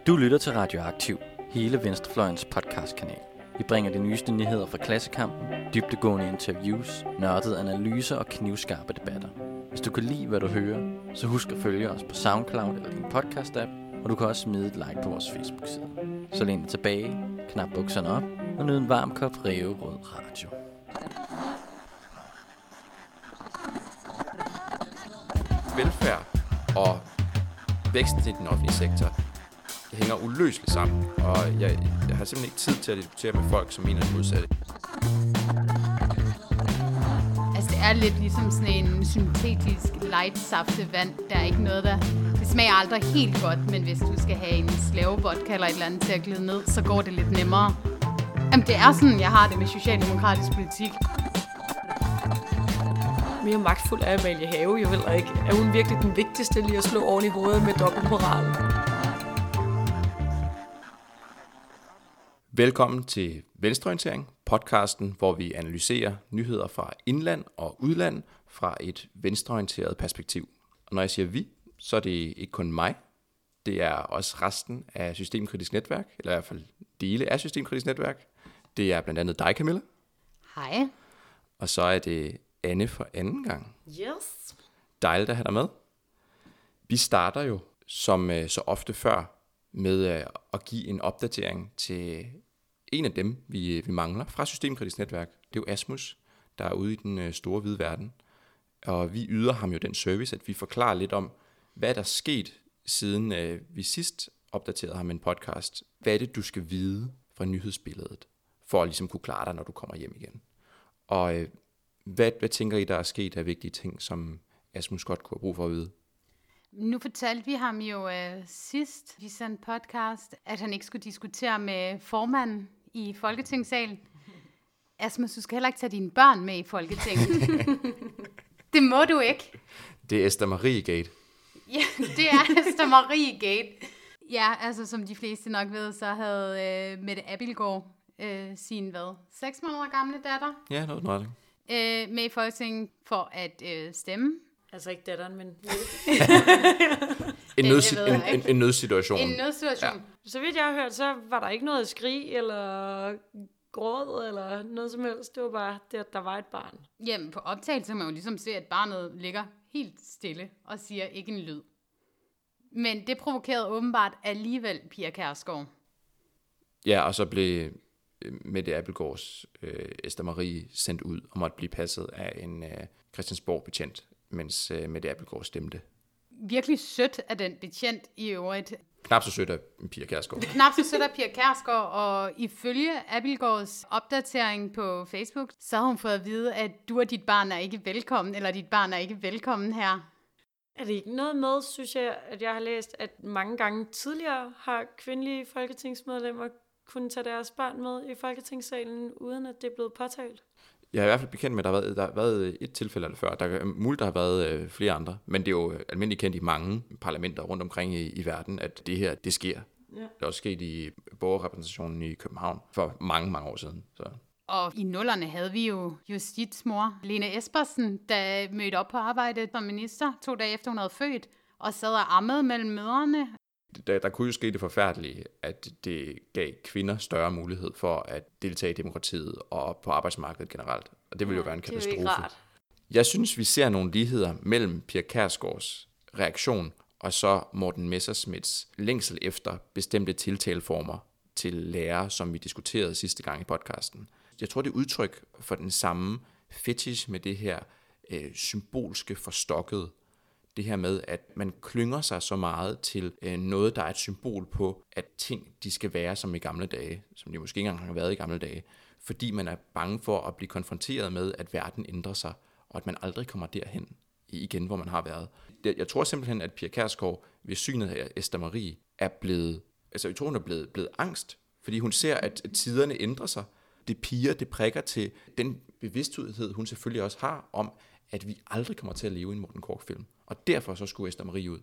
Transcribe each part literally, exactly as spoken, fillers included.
Du lytter til Radioaktiv, hele Venstrefløjens podcastkanal. Vi bringer de nyeste nyheder fra Klassekampen, dybdegående interviews, nørdede analyser og knivskarpe debatter. Hvis du kan lide, hvad du hører, så husk at følge os på SoundCloud eller din podcast-app, og du kan også smide et like på vores Facebook-side. Så læn dig tilbage, knap bukserne op og nyd en varm kop ræverød radio. Velfærd og væksten i den offentlige sektor hænger uløseligt sammen, og jeg, jeg har simpelthen ikke tid til at diskutere med folk, som mener det modsatte. Altså det er lidt ligesom sådan en syntetisk light saftevand. Der er ikke noget, der... Det smager aldrig helt godt, men hvis du skal have en slavevodka eller et eller andet til at glide ned, så går det lidt nemmere. Jamen det er sådan, jeg har det med socialdemokratisk politik. Mere magtfuld er Amalie Have jo heller ikke. Er hun virkelig den vigtigste lige at slå oven i hovedet med dobbeltmoral? Velkommen til Venstreorientering, podcasten, hvor vi analyserer nyheder fra indland og udland fra et venstreorienteret perspektiv. Og når jeg siger vi, så er det ikke kun mig. Det er også resten af Systemkritisk Netværk, eller i hvert fald dele af Systemkritisk Netværk. Det er blandt andet dig, Camilla. Hej. Og så er det Anne for anden gang. Yes. Dejligt at have dig med. Vi starter jo, som så ofte før, med at give en opdatering til en af dem, vi, vi mangler fra Systemkritisk Netværk. Det er jo Asmus, der er ude i den store hvide verden. Og vi yder ham jo den service, at vi forklarer lidt om, hvad der er sket, siden øh, vi sidst opdaterede ham en podcast. Hvad er det, du skal vide fra nyhedsbilledet, for at ligesom kunne klare dig, når du kommer hjem igen. Og øh, hvad, hvad tænker I, der er sket af vigtige ting, som Asmus godt kunne have brug for at vide? Nu fortalte vi ham jo øh, sidst, vi sendte podcast, at han ikke skulle diskutere med formanden i Folketingssalen. Asmus, du skal heller ikke tage dine børn med i Folketinget. Det må du ikke. Det er Esther Marie Gate. Ja, det er Esther Marie Gate. Ja, altså som de fleste nok ved, så havde øh, Mette Abildgaard øh, sin, hvad, seks måneder gamle datter Ja, noget noget. øh, med i Folketinget for at øh, stemme. Altså ikke datteren, men... En, Det- nødsi- det ved jeg en, en, ikke. en nødsituation. En nødsituation. Ja. Så vidt jeg har hørt, så var der ikke noget skrig eller gråd eller noget som helst. Det var bare det, at der var et barn. Jamen, på optagelse kan man jo ligesom se, at barnet ligger helt stille og siger ikke en lyd. Men det provokerede åbenbart alligevel Pia Kjærsgaard. Ja, og så blev Mette Abildgaards øh, Esther Marie sendt ud og måtte blive passet af en øh, Christiansborg-betjent, mens øh, Mette Abildgaard stemte. Virkelig sødt af den betjent i øvrigt. Knap så sødt af Pia Kjærsgaard. Knap så sødt af Pia Kjærsgaard, og ifølge Abildgaards opdatering på Facebook, så har hun fået at vide, at du og dit barn er ikke velkommen, eller dit barn er ikke velkommen her. Er det ikke noget med, synes jeg, at jeg har læst, at mange gange tidligere har kvindelige folketingsmedlemmer kunnet tage deres børn med i Folketingssalen, uden at det er blevet påtalt? Jeg er i hvert fald bekendt med, at der har været, der har været et tilfælde af det før. Der er muligt, der har været øh, flere andre, men det er jo almindeligt kendt i mange parlamenter rundt omkring i, i verden, at det her, det sker. Ja. Det er også sket i borgerrepræsentationen i København for mange, mange år siden. Så. Og i nullerne havde vi jo justitsmor Lene Espersen, der mødte op på arbejde som minister to dage efter hun havde født, og sad og ammede mellem mødrene. Der, der kunne jo ske det forfærdelige, at det gav kvinder større mulighed for at deltage i demokratiet og på arbejdsmarkedet generelt. Og det ville jo være en Det er jo katastrofe. ikke rart. Jeg synes, vi ser nogle ligheder mellem Pia Kjærsgaards reaktion og så Morten Messerschmidts længsel efter bestemte tiltaleformer til lærere, som vi diskuterede sidste gang i podcasten. Jeg tror, det er udtryk for den samme fetish med det her øh, symbolske forstokkede. Det her med, at man klynger sig så meget til øh, noget, der er et symbol på, at ting de skal være som i gamle dage, som de måske ikke engang har været i gamle dage, fordi man er bange for at blive konfronteret med, at verden ændrer sig, og at man aldrig kommer derhen igen, hvor man har været. Jeg tror simpelthen, at Pia Kjærsgaard ved synet af Esther Marie er blevet, altså jeg tror, hun er blevet, blevet angst, fordi hun ser, at tiderne ændrer sig. Det piger, det prikker til den bevidsthed, hun selvfølgelig også har om, at vi aldrig kommer til at leve i en Morten Korch-film. Og derfor så skulle Esther Marie ud.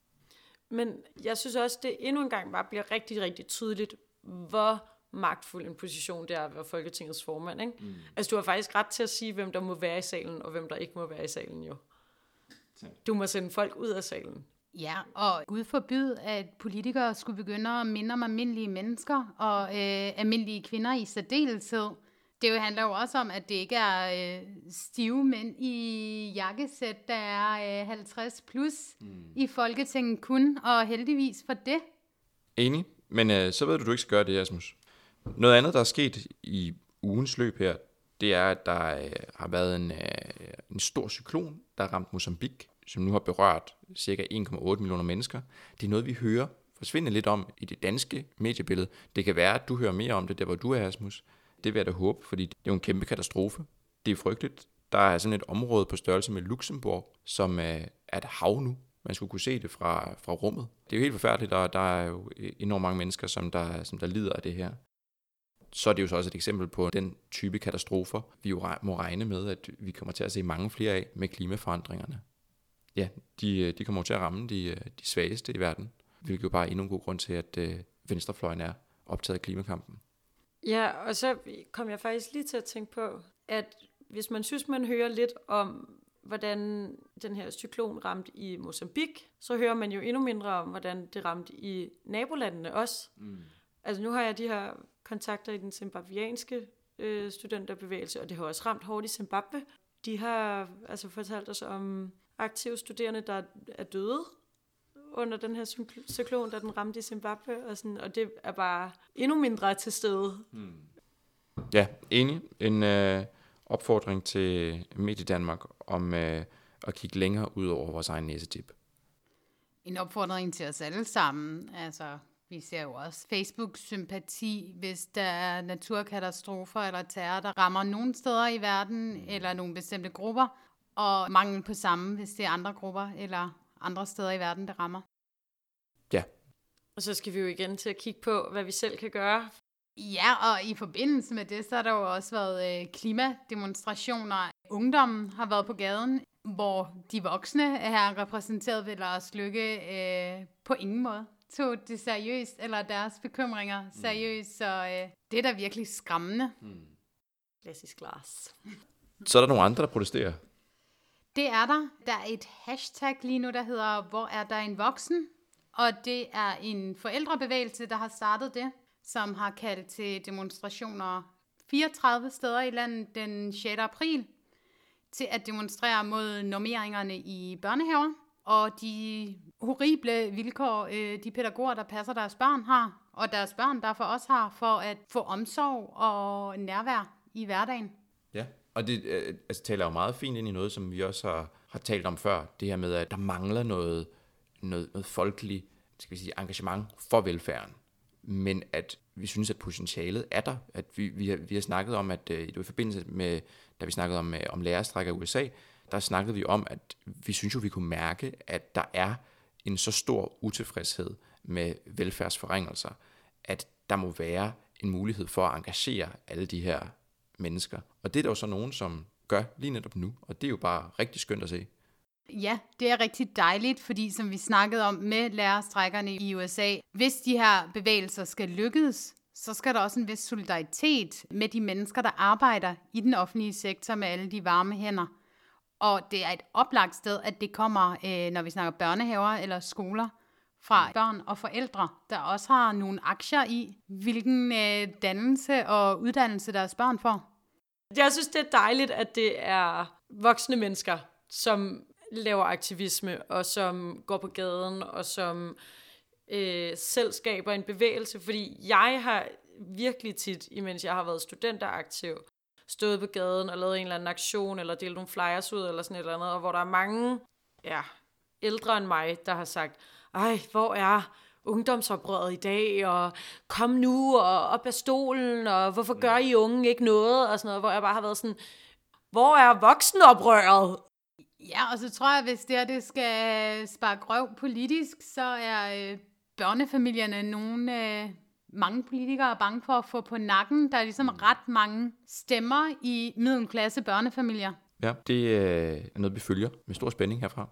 Men jeg synes også, det endnu en gang bare bliver rigtig, rigtig tydeligt, hvor magtfuld en position det er at være Folketingets formand. Ikke? Mm. Altså, du har faktisk ret til at sige, hvem der må være i salen, og hvem der ikke må være i salen, jo. Du må sende folk ud af salen. Ja, og Gud forbyde, at politikere skulle begynde at minde om almindelige mennesker, og øh, almindelige kvinder i særdeleshed. Det jo handler jo også om, at det ikke er øh, stive mænd i jakkesæt, der er øh, halvtreds plus mm. i Folketinget kun, og heldigvis for det. Enig, men øh, så ved du, du ikke skal gøre det, Asmus. Noget andet, der er sket i ugens løb her, det er, at der øh, har været en, øh, en stor cyklon, der har ramt Mozambique, som nu har berørt cirka en komma otte millioner mennesker. Det er noget, vi hører forsvinde lidt om i det danske mediebillede. Det kan være, at du hører mere om det, der hvor du er, Asmus. Det vil jeg da håbe, fordi det er jo en kæmpe katastrofe. Det er frygteligt. Der er sådan et område på størrelse med Luxembourg, som øh, er et hav nu. Man skulle kunne se det fra, fra rummet. Det er jo helt forfærdeligt, og der er jo enormt mange mennesker, som der, som der lider af det her. Så er det jo så også et eksempel på den type katastrofer, vi jo må regne med, at vi kommer til at se mange flere af med klimaforandringerne. Ja, de, de kommer til at ramme de, de svageste i verden, hvilket jo bare er endnu en god grund til, at øh, venstrefløjen er optaget af klimakampen. Ja, og så kom jeg faktisk lige til at tænke på, at hvis man synes, man hører lidt om, hvordan den her cyklon ramte i Mozambique, så hører man jo endnu mindre om, hvordan det ramte i nabolandene også. Mm. Altså nu har jeg de her kontakter i den zimbabwianske øh, studenterbevægelse, og det har også ramt hårdt i Zimbabwe. De har altså fortalt os om aktive studerende, der er døde under den her cyklon, da den ramte i Zimbabwe, og, sådan, og det er bare endnu mindre til stede. Hmm. Ja, enig. En øh, opfordring til Mediedanmark om øh, at kigge længere ud over vores egen næsetip. En opfordring til os alle sammen. Altså, vi ser jo også Facebook-sympati, hvis der er naturkatastrofer eller terror, der rammer nogle steder i verden, hmm. eller nogle bestemte grupper, og mangel på samme, hvis det er andre grupper eller andre steder i verden, der rammer. Ja. Og så skal vi jo igen til at kigge på, hvad vi selv kan gøre. Ja, og i forbindelse med det, så har der jo også været øh, klimademonstrationer. Ungdommen har været på gaden, hvor de voksne er repræsenteret ved Lars Løkke øh, på ingen måde tog det seriøst, eller deres bekymringer seriøst. Mm. Så øh, det er da virkelig skræmmende. Mm. Klassisk Lars. Så er der nogle andre, der protesterer. Det er der. Der er et hashtag lige nu, der hedder, hvor er der en voksen? Og det er en forældrebevægelse, der har startet det, som har kaldt til demonstrationer fireogtredive steder i landet den sjette april, til at demonstrere mod normeringerne i børnehaver, og de horrible vilkår, de pædagoger, der passer deres børn har, og deres børn derfor også har, for at få omsorg og nærvær i hverdagen. Ja. Og det øh, altså, taler jo meget fint ind i noget, som vi også har, har talt om før. Det her med, at der mangler noget, noget, noget folkeligt, skal vi sige, engagement for velfærden. Men at vi synes, at potentialet er der. At vi, vi, har, vi har snakket om, at øh, det var i forbindelse med, da vi snakkede om, øh, om lærerstrækker i U S A, der snakkede vi om, at vi synes jo, vi kunne mærke, at der er en så stor utilfredshed med velfærdsforringelser, at der må være en mulighed for at engagere alle de her mennesker. Og det er der jo så nogen, som gør lige netop nu, og det er jo bare rigtig skønt at se. Ja, det er rigtig dejligt, fordi som vi snakkede om med lærerstrækkerne i U S A, hvis de her bevægelser skal lykkes, så skal der også en vis solidaritet med de mennesker, der arbejder i den offentlige sektor med alle de varme hænder. Og det er et oplagt sted, at det kommer, øh, når vi snakker børnehaver eller skoler, fra børn og forældre, der også har nogle aktier i, hvilken øh, dannelse og uddannelse deres børn får. Jeg synes, det er dejligt, at det er voksne mennesker, som laver aktivisme, og som går på gaden, og som øh, selv skaber en bevægelse. Fordi jeg har virkelig tit, imens jeg har været studenteraktiv, stået på gaden og lavet en eller anden aktion, eller delt nogle flyers ud, eller sådan et eller andet, og hvor der er mange ja, ældre end mig, der har sagt, ej, hvor er ungdomsoprøret i dag, og kom nu, og op af stolen, og hvorfor gør I unge ikke noget, og sådan noget, hvor jeg bare har været sådan, hvor er voksenoprøret? Ja, og så tror jeg, hvis det her det skal sparke røv politisk, så er øh, børnefamilierne nogle, øh, mange politikere er bange for at få på nakken. Der er ligesom ret mange stemmer i middelklasse børnefamilier. Ja, det er noget, vi følger med stor spænding herfra.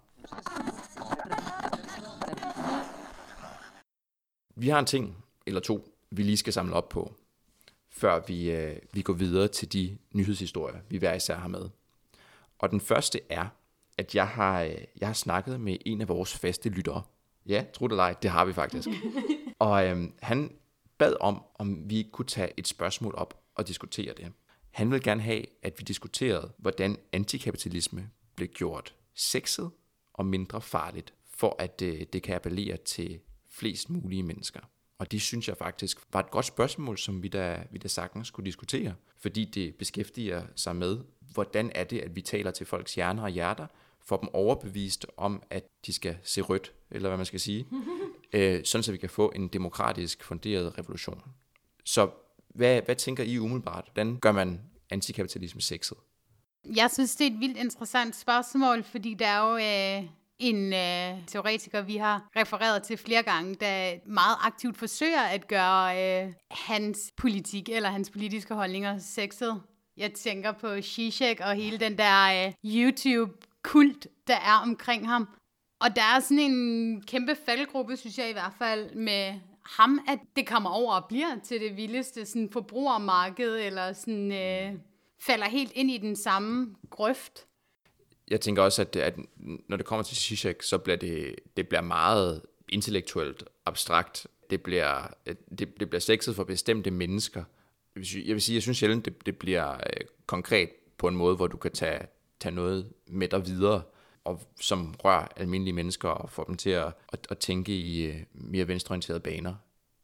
Vi har en ting eller to, vi lige skal samle op på, før vi, øh, vi går videre til de nyhedshistorier, vi hver især har med. Og den første er, at jeg har, jeg har snakket med en af vores faste lyttere, Ja, tro det eller ej, det har vi faktisk. Og øhm, han bad om, om vi kunne tage et spørgsmål op og diskutere det. Han ville gerne have, at vi diskuterede, hvordan antikapitalisme blev gjort sexet og mindre farligt, for at øh, det kan appellere til flest mulige mennesker. Og det synes jeg faktisk var et godt spørgsmål, som vi da, vi da sagtens skulle diskutere, fordi det beskæftiger sig med, hvordan er det, at vi taler til folks hjerner og hjerter, får dem overbevist om, at de skal se rødt, eller hvad man skal sige, øh, sådan så vi kan få en demokratisk funderet revolution. Så hvad, hvad tænker I umiddelbart? Hvordan gør man antikapitalisme sexet? Jeg synes, det er et vildt interessant spørgsmål, fordi der er jo øh, en øh, teoretiker, vi har refereret til flere gange, der meget aktivt forsøger at gøre øh, hans politik eller hans politiske holdninger sexet. Jeg tænker på Zizek og hele den der øh, YouTube-kult, der er omkring ham. Og der er sådan en kæmpe faldgruppe, synes jeg i hvert fald, med ham, at det kommer over og bliver til det vildeste sådan forbrugermarked, eller sådan øh, falder helt ind i den samme grøft. Jeg tænker også, at, at når det kommer til Zizek, så bliver det, det bliver meget intellektuelt abstrakt. Det bliver, det, det bliver sexet for bestemte mennesker. Jeg vil sige, jeg synes sjældent, det, det bliver øh, konkret på en måde, hvor du kan tage, tage noget med dig videre, og som rører almindelige mennesker og får dem til at, at, at tænke i øh, mere venstreorienterede baner.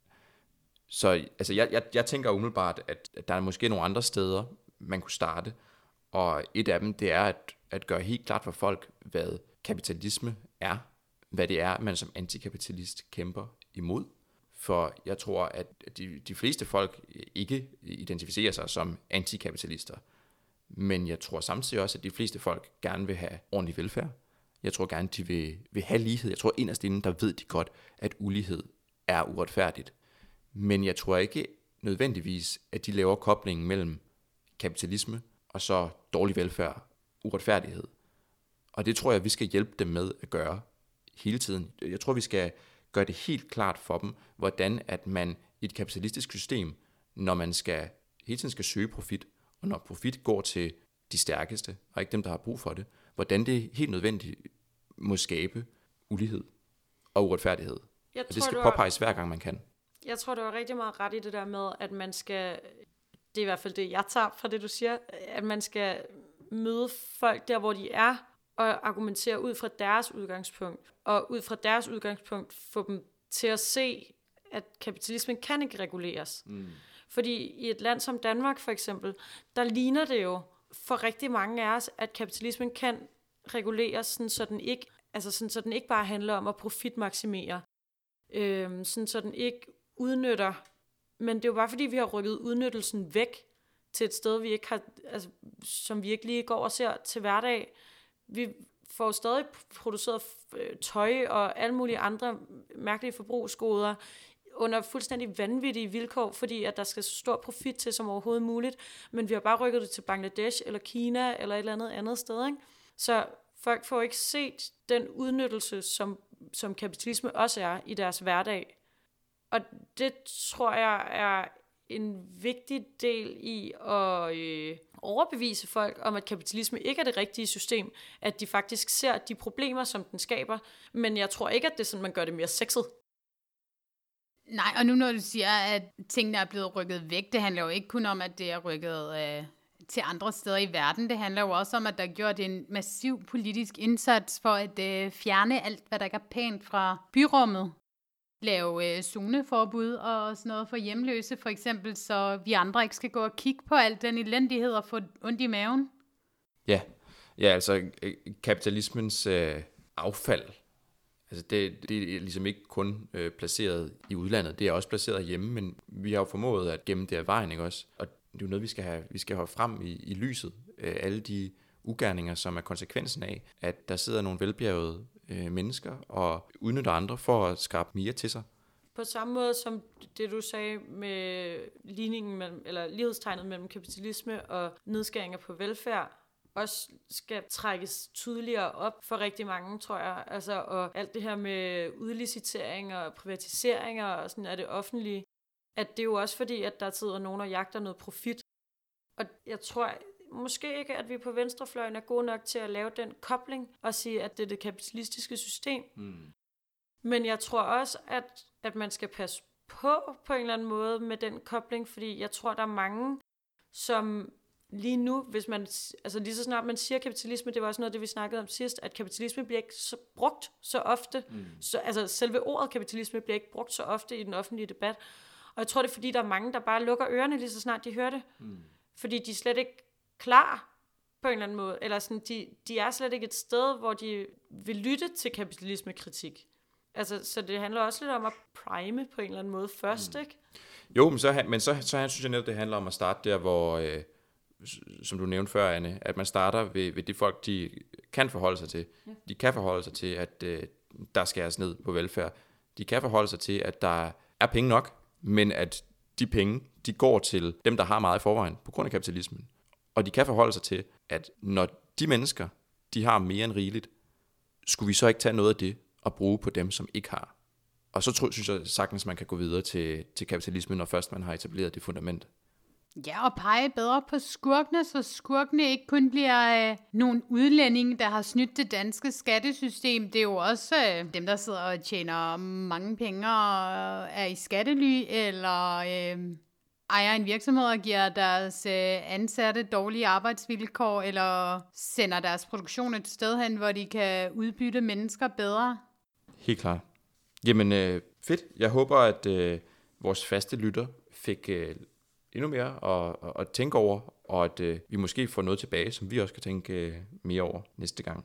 Så altså, jeg, jeg, jeg tænker umiddelbart, at, at der er måske nogle andre steder, man kunne starte, og et af dem, det er at, at gøre helt klart for folk, hvad kapitalisme er, hvad det er, man som antikapitalist kæmper imod. For jeg tror, at de, de fleste folk ikke identificerer sig som antikapitalister. Men jeg tror samtidig også, at de fleste folk gerne vil have ordentlig velfærd. Jeg tror gerne, de vil, vil have lighed. Jeg tror inderst inden, der ved de godt, at ulighed er uretfærdigt. Men jeg tror ikke nødvendigvis, at de laver koblingen mellem kapitalisme og så dårlig velfærd, uretfærdighed. Og det tror jeg, vi skal hjælpe dem med at gøre hele tiden. Jeg tror, vi skal gøre det helt klart for dem, hvordan at man i et kapitalistisk system, når man skal hele tiden skal søge profit, og når profit går til de stærkeste, og ikke dem, der har brug for det, hvordan det helt nødvendigt må skabe ulighed og uretfærdighed. Jeg og det tror, skal var, påpeges hver gang, man kan. Jeg tror, du har rigtig meget ret i det der med, at man skal, det er i hvert fald det, jeg tager fra det, du siger, at man skal møde folk der, hvor de er, og argumentere ud fra deres udgangspunkt. Og ud fra deres udgangspunkt få dem til at se, at kapitalismen kan ikke reguleres. Mm. Fordi i et land som Danmark for eksempel, der ligner det jo for rigtig mange af os, at kapitalismen kan reguleres, sådan, så, den ikke, altså sådan, så den ikke bare handler om at profitmaksimere. Øhm, sådan, så den ikke udnytter. Men det er jo bare fordi, vi har rykket udnyttelsen væk til et sted, vi ikke har, altså, som vi ikke lige går og ser til hverdag. Vi får stadig produceret tøj og alle mulige andre mærkelige forbrugsgoder under fuldstændig vanvittige vilkår, fordi at der skal så stor profit til som overhovedet muligt, men vi har bare rykket det til Bangladesh eller Kina eller et eller andet andet sted, ikke? Så folk får ikke set den udnyttelse, som, som kapitalisme også er i deres hverdag. Og det tror jeg er en vigtig del i at øh, overbevise folk om, at kapitalisme ikke er det rigtige system, at de faktisk ser de problemer, som den skaber, men jeg tror ikke, at det er sådan, man gør det mere sexet. Nej, og nu når du siger, at tingene er blevet rykket væk, det handler jo ikke kun om, at det er rykket øh, til andre steder i verden. Det handler jo også om, at der er gjort en massiv politisk indsats for at øh, fjerne alt, hvad der ikke er pænt fra byrummet. Lave øh, zoneforbud og sådan noget for hjemløse, for eksempel, så vi andre ikke skal gå og kigge på al den elendighed og få ondt i maven. Ja, ja altså kapitalismens øh, affald, altså det, det er ligesom ikke kun øh, placeret i udlandet, det er også placeret hjemme, men vi har jo formået at gemme det af vejen, ikke også? Og det er jo noget, vi skal have, vi skal have frem i, i lyset, øh, alle de ugerninger, som er konsekvensen af, at der sidder nogle velbjergede øh, mennesker og udnytter andre for at skrabe mere til sig. På samme måde som det, du sagde med ligningen mellem, eller lighedstegnet mellem kapitalisme og nedskæringer på velfærd, også skal trækkes tydeligere op for rigtig mange, tror jeg. Altså, og alt det her med udlicitering og privatiseringer og sådan af det offentlige, at det er jo også fordi, at der sidder nogen og jagter noget profit. Og jeg tror måske ikke, at vi på venstrefløjen er gode nok til at lave den kobling og sige, at det er det kapitalistiske system, mm. Men jeg tror også, at, at man skal passe på på en eller anden måde med den kobling, fordi jeg tror, der er mange, som lige nu, hvis man, altså lige så snart man siger kapitalisme, det var også noget, det vi snakkede om sidst, at kapitalisme bliver ikke så brugt så ofte, mm. så, altså selve ordet kapitalisme bliver ikke brugt så ofte i den offentlige debat, og jeg tror, det er fordi, der er mange, der bare lukker ørerne lige så snart de hører det, mm. fordi de er slet ikke klar på en eller anden måde, eller sådan, de, de er slet ikke et sted, hvor de vil lytte til kapitalismekritik. Altså, så det handler også lidt om at prime på en eller anden måde først, mm. ikke? Jo, men så, men så, så synes jeg netop, det handler om at starte der, hvor, øh, som du nævnte før, Anne, at man starter ved, ved de folk, de kan forholde sig til. Ja. De kan forholde sig til, at øh, der skæres ned på velfærd. De kan forholde sig til, at der er penge nok, men at de penge, de går til dem, der har meget i forvejen, på grund af kapitalismen. Og de kan forholde sig til, at når de mennesker, de har mere end rigeligt, skulle vi så ikke tage noget af det og bruge på dem, som ikke har. Og så tror, synes jeg sagtens, man kan gå videre til, til kapitalismen, når først man har etableret det fundament. Ja, og pege bedre på skurkene, så skurkene ikke kun bliver øh, nogle udlændinge, der har snydt det danske skattesystem. Det er jo også øh, dem, der sidder og tjener mange penge og er i skattely, eller øh, ejer en virksomhed og giver deres øh, ansatte dårlige arbejdsvilkår, eller sender deres produktion et sted hen, hvor de kan udbytte mennesker bedre. Helt klart. Jamen øh, fedt. Jeg håber, at øh, vores faste lytter fik øh, endnu mere at, at, at tænke over, og at øh, vi måske får noget tilbage, som vi også kan tænke øh, mere over næste gang.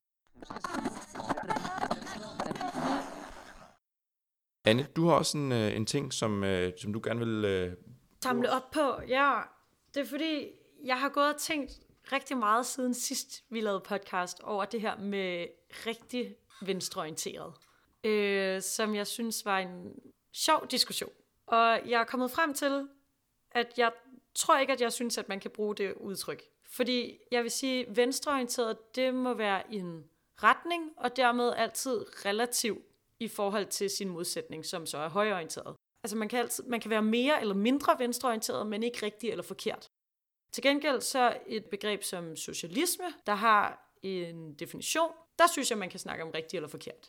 Anne, du har også en, øh, en ting, som, øh, som du gerne vil... Øh, samle op på, ja. Det er fordi, jeg har gået og tænkt rigtig meget siden sidst, vi lavede podcast, over det her med rigtig venstreorienteret. Øh, som jeg synes var en sjov diskussion. Og jeg er kommet frem til, at jeg tror ikke, at jeg synes, at man kan bruge det udtryk. Fordi jeg vil sige, venstreorienteret, det må være en retning, og dermed altid relativ i forhold til sin modsætning, som så er højreorienteret. Altså man kan, altid, man kan være mere eller mindre venstreorienteret, men ikke rigtig eller forkert. Til gengæld så et begreb som socialisme, der har en definition, der synes jeg, man kan snakke om rigtig eller forkert.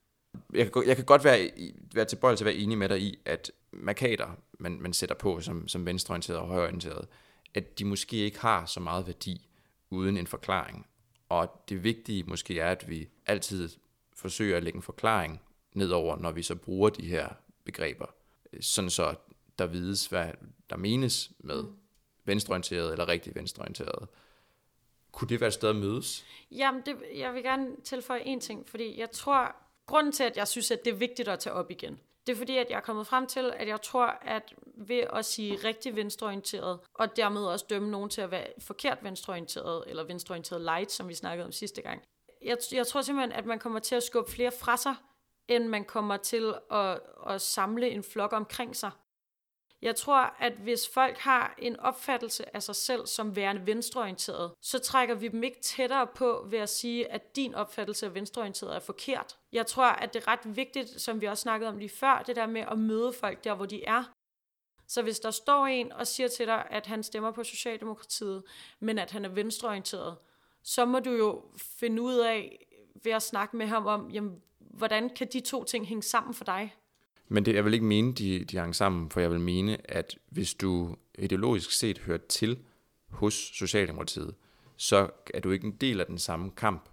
Jeg kan, jeg kan godt være, være tilbøjelig til at være enig med dig i, at markader, man, man sætter på som, som venstreorienteret og højreorienteret, at de måske ikke har så meget værdi uden en forklaring. Og det vigtige måske er, at vi altid forsøger at lægge en forklaring nedover, når vi så bruger de her begreber. Sådan så der vides, hvad der menes med venstreorienteret eller rigtig venstreorienteret. Kunne det være et sted at mødes? Jamen, det, jeg vil gerne tilføje en ting, fordi jeg tror, grunden til, at jeg synes, at det er vigtigt at tage op igen, det er fordi, at jeg er kommet frem til, at jeg tror, at ved at sige rigtig venstreorienteret, og dermed også dømme nogen til at være forkert venstreorienteret, eller venstreorienteret light, som vi snakkede om sidste gang, jeg, jeg tror simpelthen, at man kommer til at skubbe flere fra sig, end man kommer til at, at samle en flok omkring sig. Jeg tror, at hvis folk har en opfattelse af sig selv som værende venstreorienteret, så trækker vi dem ikke tættere på ved at sige, at din opfattelse af venstreorienteret er forkert. Jeg tror, at det er ret vigtigt, som vi også snakkede om lige før, det der med at møde folk der, hvor de er. Så hvis der står en og siger til dig, at han stemmer på Socialdemokratiet, men at han er venstreorienteret, så må du jo finde ud af ved at snakke med ham om, jamen, hvordan kan de to ting hænge sammen for dig? Men det, jeg vil ikke mene, de, de hænger sammen, for jeg vil mene, at hvis du ideologisk set hører til hos Socialdemokratiet, så er du ikke en del af den samme kamp,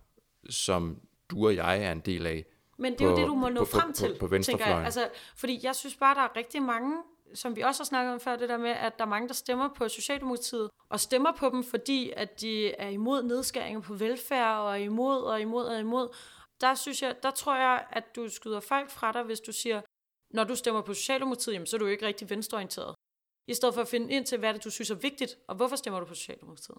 som du og jeg er en del af. Men det er på, jo det, du må nå på, frem på, til, på, på tænker jeg. Altså, fordi jeg synes bare, der er rigtig mange, som vi også har snakket om før, det der med, at der er mange, der stemmer på Socialdemokratiet, og stemmer på dem, fordi at de er imod nedskæringer på velfærd, og er imod, og imod, og imod. Der synes jeg, der tror jeg, at du skyder folk fra dig, hvis du siger, når du stemmer på Socialdemokratiet, jamen, så er du jo ikke rigtig venstreorienteret. I stedet for at finde ind til, hvad det du synes er vigtigt, og hvorfor stemmer du på Socialdemokratiet?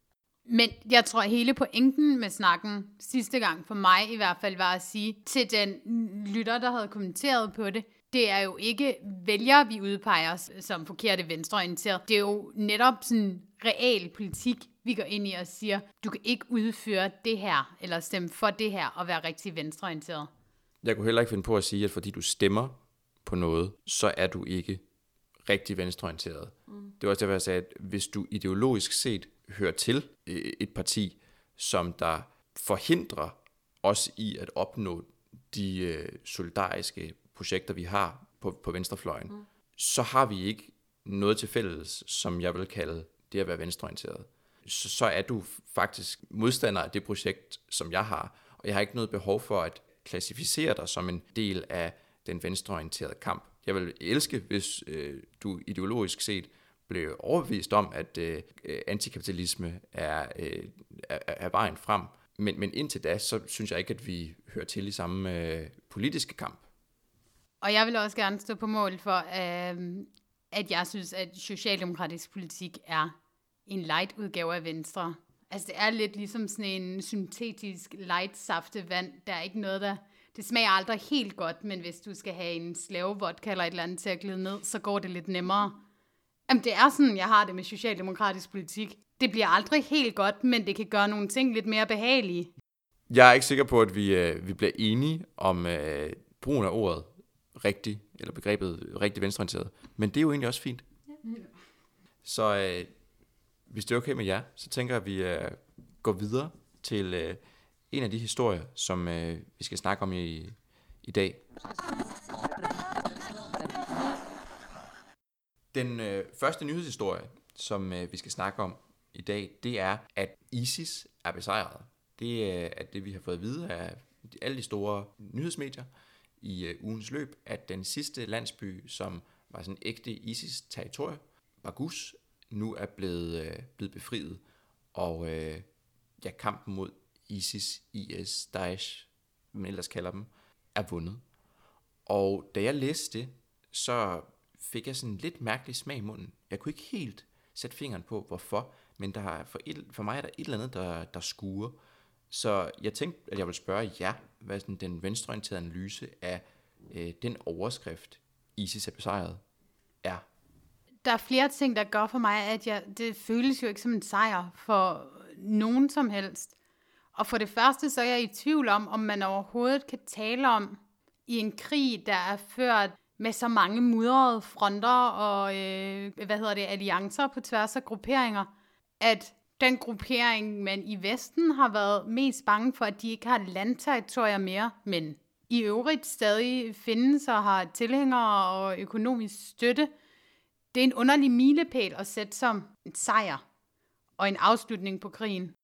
Men jeg tror, hele pointen med snakken sidste gang, for mig i hvert fald, var at sige til den lytter, der havde kommenteret på det, det er jo ikke vælgere, vi udpeger os som forkerte venstreorienteret. Det er jo netop sådan real politik, vi går ind i og siger, du kan ikke udføre det her, eller stemme for det her, og være rigtig venstreorienteret. Jeg kunne heller ikke finde på at sige, at fordi du stemmer på noget, så er du ikke rigtig venstreorienteret. Mm. Det var også derfor, jeg sagde, at hvis du ideologisk set hører til et parti, som der forhindrer os i at opnå de øh, solidariske projekter, vi har på, på venstrefløjen, mm. så har vi ikke noget til fælles, som jeg vil kalde det at være venstreorienteret. Så, så er du faktisk modstander af det projekt, som jeg har, og jeg har ikke noget behov for at klassificere dig som en del af den venstreorienterede kamp. Jeg vil elske, hvis øh, du ideologisk set blev overbevist om, at øh, antikapitalisme er, øh, er, er vejen frem. Men, men indtil da, så synes jeg ikke, at vi hører til i samme øh, politiske kamp. Og jeg vil også gerne stå på mål for, øh, at jeg synes, at socialdemokratisk politik er en light udgave af Venstre. Altså det er lidt ligesom sådan en syntetisk light saftevand. Der er ikke noget, der... Det smager aldrig helt godt, men hvis du skal have en slavevodka eller et eller andet til at glide ned, så går det lidt nemmere. Jamen det er sådan, jeg har det med socialdemokratisk politik. Det bliver aldrig helt godt, men det kan gøre nogle ting lidt mere behagelige. Jeg er ikke sikker på, at vi, øh, vi bliver enige om øh, brugen af ordet rigtig, eller begrebet rigtig venstreorienteret. Men det er jo egentlig også fint. Ja. Så øh, hvis det er okay med jer, så tænker jeg, at vi øh, går videre til øh, en af de historier, som øh, vi skal snakke om i, i dag. Den øh, første nyhedshistorie, som øh, vi skal snakke om i dag, det er, at ISIS er besejret. Det øh, er det, vi har fået at vide af alle de store nyhedsmedier i øh, ugens løb, at den sidste landsby, som var sådan ægte ISIS-territorium, Baghouz, nu er blevet, øh, blevet befriet. Og øh, ja, kampen mod ISIS, I S, Daesh, man ellers kalder dem, er vundet. Og da jeg læste det, så fik jeg sådan en lidt mærkelig smag i munden. Jeg kunne ikke helt sætte fingeren på, hvorfor, men der er for, et, for mig er der et eller andet, der, der skuer. Så jeg tænkte, at jeg ville spørge jer, hvad sådan den venstreorienterede analyse af øh, den overskrift, ISIS er besejret, er. Der er flere ting, der gør for mig, at jeg, det føles jo ikke som en sejr for nogen som helst. Og for det første, så er jeg i tvivl om, om man overhovedet kan tale om i en krig, der er ført med så mange mudrede fronter og øh, hvad hedder det, alliancer på tværs af grupperinger, at den gruppering, man i Vesten har været mest bange for, at de ikke har landterritorier mere, men i øvrigt stadig findes og har tilhængere og økonomisk støtte. Det er en underlig milepæl at sætte som en sejr og en afslutning på krigen.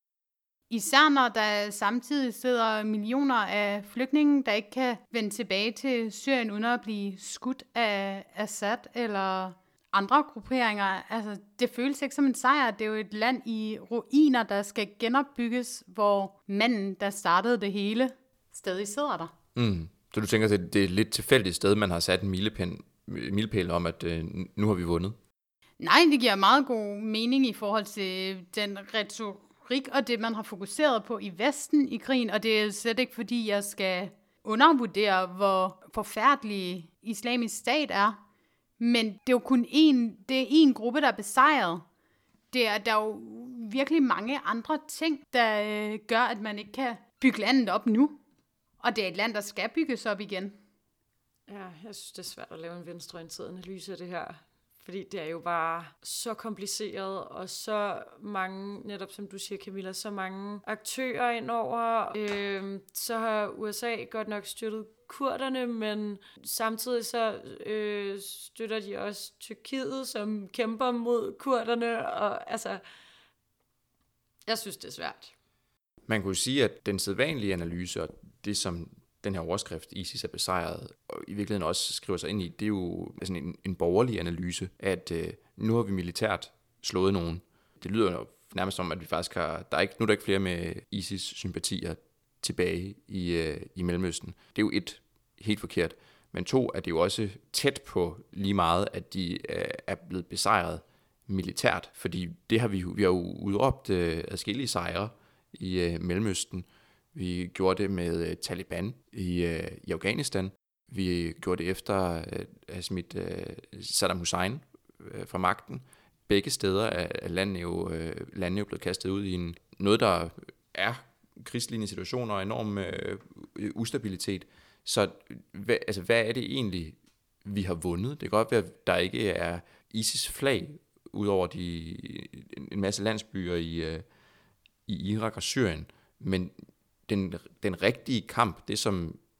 Især når der samtidig sidder millioner af flygtninge, der ikke kan vende tilbage til Syrien uden at blive skudt af Assad eller andre grupperinger. Altså, det føles ikke som en sejr. Det er jo et land i ruiner, der skal genopbygges, hvor manden, der startede det hele, stadig sidder der. Mm. Så du tænker, at det er et lidt tilfældigt sted, man har sat en milepæl, milepæl om, at øh, nu har vi vundet? Nej, det giver meget god mening i forhold til den retorik og det, man har fokuseret på i Vesten i krigen, og det er slet ikke, fordi jeg skal undervurdere, hvor forfærdelig Islamisk Stat er. Men det er jo kun en, det er en gruppe, der er besejret. Det er, der er jo virkelig mange andre ting, der øh, gør, at man ikke kan bygge landet op nu. Og det er et land, der skal bygges op igen. Ja, jeg synes, det er svært at lave en venstreorienteret analyse af det her. Fordi det er jo bare så kompliceret, og så mange, netop som du siger, Camilla, så mange aktører indover. Øh, så har U S A godt nok støttet kurderne, men samtidig så øh, støtter de også Tyrkiet, som kæmper mod kurderne. Og altså, jeg synes, det er svært. Man kunne sige, at den sædvanlige analyse, og det som den her overskrift, ISIS er besejret, og i virkeligheden også skriver sig ind i, det er jo altså en, en borgerlig analyse, at øh, nu har vi militært slået nogen. Det lyder jo nærmest som, at vi faktisk har, der er ikke, nu er der ikke flere med ISIS-sympatier tilbage i, øh, i Mellemøsten. Det er jo et, helt forkert. Men to, er det jo også tæt på lige meget, at de øh, er blevet besejret militært, fordi det har vi, vi har jo udråbt øh, adskillige sejre i øh, Mellemøsten. Vi gjorde det med uh, Taliban i, uh, i Afghanistan. Vi gjorde det efter uh, at have smidt uh, Saddam Hussein uh, fra magten. Begge steder er landet jo, uh, landet jo blevet kastet ud i en, noget, der er krigslignende situationer og enorm uh, ustabilitet. Så hvad, altså, hvad er det egentlig, vi har vundet? Det kan godt være, at der ikke er ISIS-flag ud over de, en masse landsbyer i, uh, i Irak og Syrien, men Den, den rigtige kamp, det som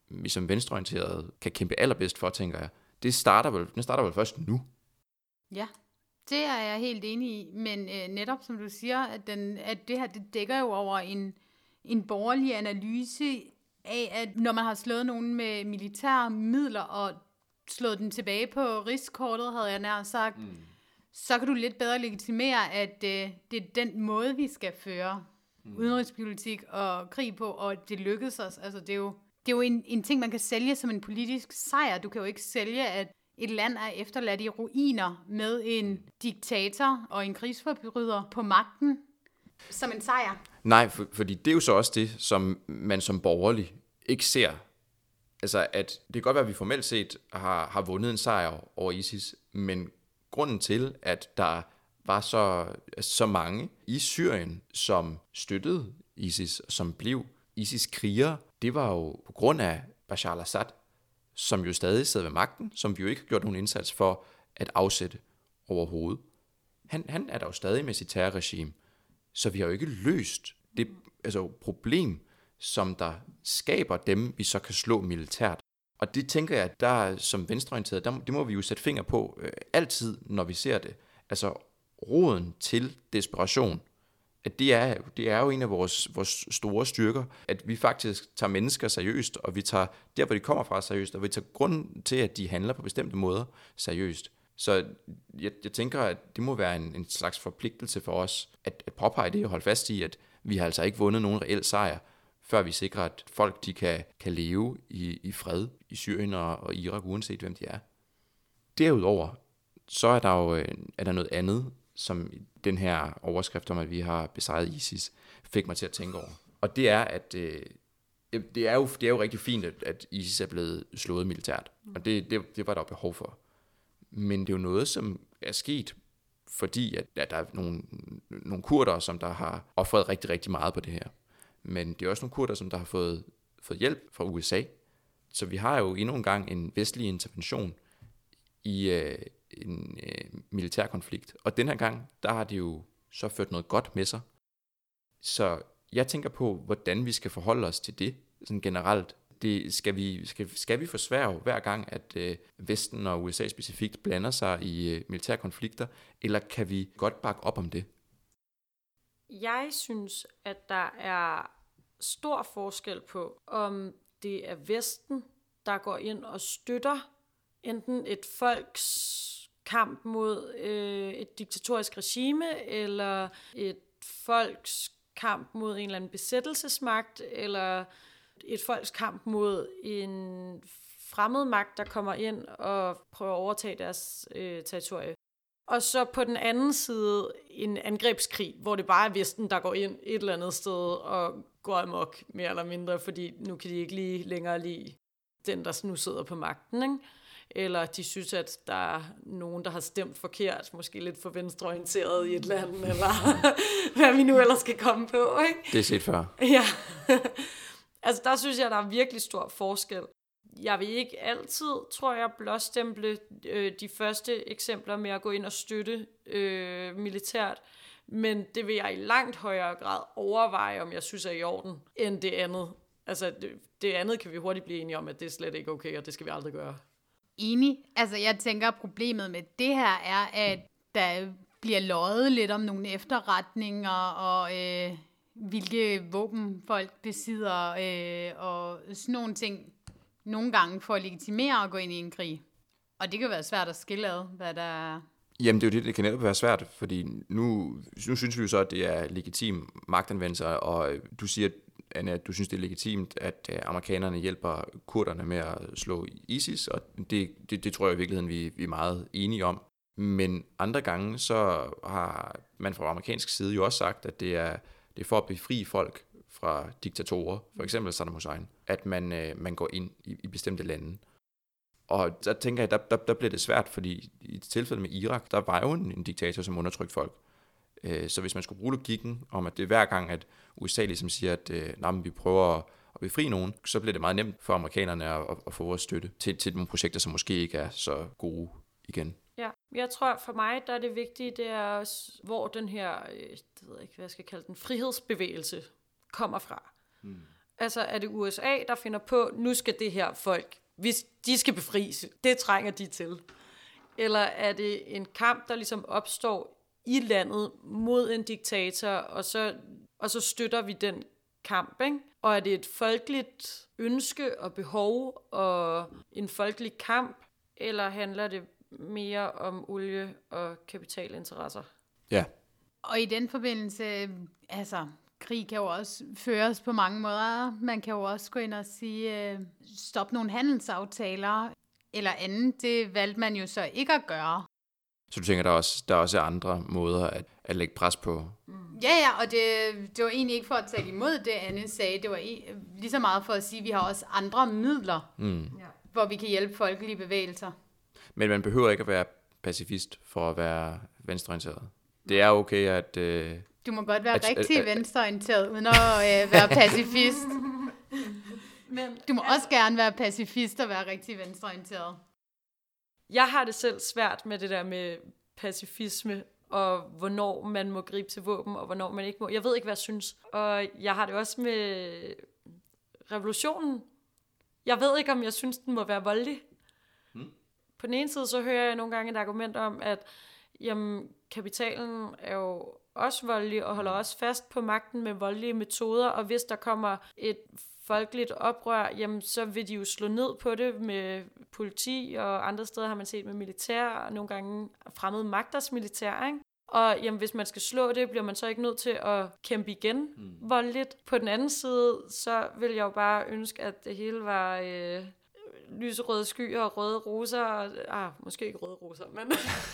vi som venstreorienterede kan kæmpe allerbedst for, tænker jeg, det starter vel, det starter vel først nu. Ja, det er jeg helt enig i, men øh, netop som du siger, at, den, at det her, det dækker jo over en, en borgerlig analyse af, at når man har slået nogen med militære midler og slået den tilbage på rigskortet, havde jeg nær sagt, mm. så kan du lidt bedre legitimere, at øh, det er den måde, vi skal føre mm. udenrigspolitik og krig på, og det lykkedes os. Altså, det er jo, det er jo en, en ting, man kan sælge som en politisk sejr. Du kan jo ikke sælge, at et land er efterladt i ruiner med en diktator og en krigsforbryder på magten som en sejr. Nej, for, fordi det er jo så også det, som man som borgerlig ikke ser. Altså, at det kan godt være, at vi formelt set har, har vundet en sejr over ISIS, men grunden til, at der var så, så mange i Syrien, som støttede ISIS, som blev ISIS-krigere, det var jo på grund af Bashar al-Assad, som jo stadig sidder ved magten, som vi jo ikke har gjort nogen indsats for at afsætte overhovedet. Han, han er der jo stadig med sit terrorregime, så vi har jo ikke løst det altså, problem, som der skaber dem, vi så kan slå militært. Og det tænker jeg, at der som venstreorienteret, der, det må vi jo sætte finger på øh, altid, når vi ser det. Altså roden til desperation, at det er, det er jo en af vores, vores store styrker, at vi faktisk tager mennesker seriøst, og vi tager der, hvor de kommer fra seriøst, og vi tager grunden til, at de handler på bestemte måder seriøst. Så jeg, jeg tænker, at det må være en, en slags forpligtelse for os, at, at påpege det og holde fast i, at vi har altså ikke vundet nogen reel sejr, før vi sikrer, at folk de kan, kan leve i, i fred i Syrien og, og Irak, uanset hvem de er. Derudover, så er der jo er der noget andet, som den her overskrift om, at vi har besejret ISIS, fik mig til at tænke over. Og det er, at øh, det, er jo, det er jo rigtig fint, at, at ISIS er blevet slået militært. Og det, det, det var der jo behov for. Men det er jo noget, som er sket, fordi at, at der er nogle, nogle kurder, som der har offret rigtig, rigtig meget på det her. Men det er også nogle kurder, som der har fået, fået hjælp fra U S A. Så vi har jo endnu en gang en vestlig intervention i øh, en øh, militær konflikt. Og den her gang, der har de jo så ført noget godt med sig. Så jeg tænker på, hvordan vi skal forholde os til det sådan generelt. Det skal vi, skal, skal vi forsværge hver gang, at øh, Vesten og U S A specifikt blander sig i øh, militære konflikter, eller kan vi godt bakke op om det? Jeg synes, at der er stor forskel på, om det er Vesten, der går ind og støtter enten et folks kamp mod øh, et diktatorisk regime, eller et folks kamp mod en eller anden besættelsesmagt, eller et folks kamp mod en fremmed magt, der kommer ind og prøver at overtage deres øh, territorie. Og så på den anden side en angrebskrig, hvor det bare er Vesten, der går ind et eller andet sted og går amok mere eller mindre, fordi nu kan de ikke lige længere lide den, der nu sidder på magten, ikke? Eller de synes, at der er nogen, der har stemt forkert, måske lidt for venstreorienteret i et land, eller hvad vi nu ellers skal komme på, ikke? Det er set før. Ja. Altså der synes jeg, der er virkelig stor forskel. Jeg vil ikke altid, tror jeg, blåstemple øh, de første eksempler med at gå ind og støtte øh, militært, men det vil jeg i langt højere grad overveje, om jeg synes er i orden, end det andet. Altså det, det andet kan vi hurtigt blive enige om, at det er slet ikke okay, og det skal vi aldrig gøre. Enig. Altså jeg tænker, at problemet med det her er, at der bliver løjet lidt om nogle efterretninger, og øh, hvilke våben folk besidder, øh, og sådan nogle ting, nogle gange for at legitimere at gå ind i en krig. Og det kan være svært at skille ad, hvad der er. Jamen det er jo det, det kan netop være svært, fordi nu, nu synes vi jo så, at det er legitim magtanvendelse, og du siger, Anna, at du synes, det er legitimt, at amerikanerne hjælper kurderne med at slå ISIS, og det, det, det tror jeg i virkeligheden, vi, vi er meget enige om. Men andre gange, så har man fra amerikansk side jo også sagt, at det er, det er for at befri folk fra diktatorer, for eksempel Saddam Hussein, at man, øh, man går ind i, i bestemte lande. Og der tænker jeg, der, der, der bliver det svært, fordi i tilfælde med Irak, der var jo en, en diktator, som undertrykte folk. Øh, så hvis man skulle bruge logikken om, at det er hver gang, at U S A ligesom siger, at øh, nej, vi prøver at, at befri nogen, så bliver det meget nemt for amerikanerne at, at, at få vores støtte til, til nogle projekter, som måske ikke er så gode igen. Ja, jeg tror for mig, der er det vigtige, det er også, hvor den her, det ved jeg ikke, hvad jeg skal kalde den, frihedsbevægelse kommer fra. Hmm. Altså er det U S A, der finder på, nu skal det her folk, hvis de skal befries, det trænger de til. Eller er det en kamp, der ligesom opstår i landet mod en diktator, og så, og så støtter vi den kamp, ikke? Og er det et folkeligt ønske og behov og en folkelig kamp, eller handler det mere om olie- og kapitalinteresser? Ja. Og i den forbindelse, altså, krig kan jo også føres på mange måder. Man kan jo også gå ind og sige, øh, stop nogle handelsaftaler, eller andet. Det valgte man jo så ikke at gøre. Så du tænker, der er også, der er også andre måder at, at lægge pres på? Ja, ja, og det, det var egentlig ikke for at tale imod det, Anne sagde. Det var i, lige så meget for at sige, at vi har også andre midler, Mm. ja, hvor vi kan hjælpe folkelige bevægelser. Men man behøver ikke at være pacifist for at være venstreorienteret. Det er okay, at... Øh, Du må godt være at, rigtig at, at, venstreorienteret, uden at øh, være pacifist. Men Du må også gerne være pacifist og være rigtig venstreorienteret. jeg har det selv svært med det der med pacifisme, og hvornår man må gribe til våben, og hvornår man ikke må. Jeg ved ikke, hvad jeg synes. Og jeg har det også med revolutionen. Jeg ved ikke, om jeg synes, den må være voldelig. Hmm. På den ene side, så hører jeg nogle gange et argument om, at jamen, kapitalen er jo også voldelig, og holder også fast på magten med voldelige metoder, og hvis der kommer et folkeligt oprør, jamen, så vil de jo slå ned på det med politi, og andre steder har man set med militær, og nogle gange fremmede magters militær, ikke? Og jamen, hvis man skal slå det, bliver man så ikke nødt til at kæmpe igen mm. voldeligt. På den anden side, så vil jeg jo bare ønske, at det hele var øh, lyserøde skyer og røde roser. Og, ah, måske ikke røde roser, men...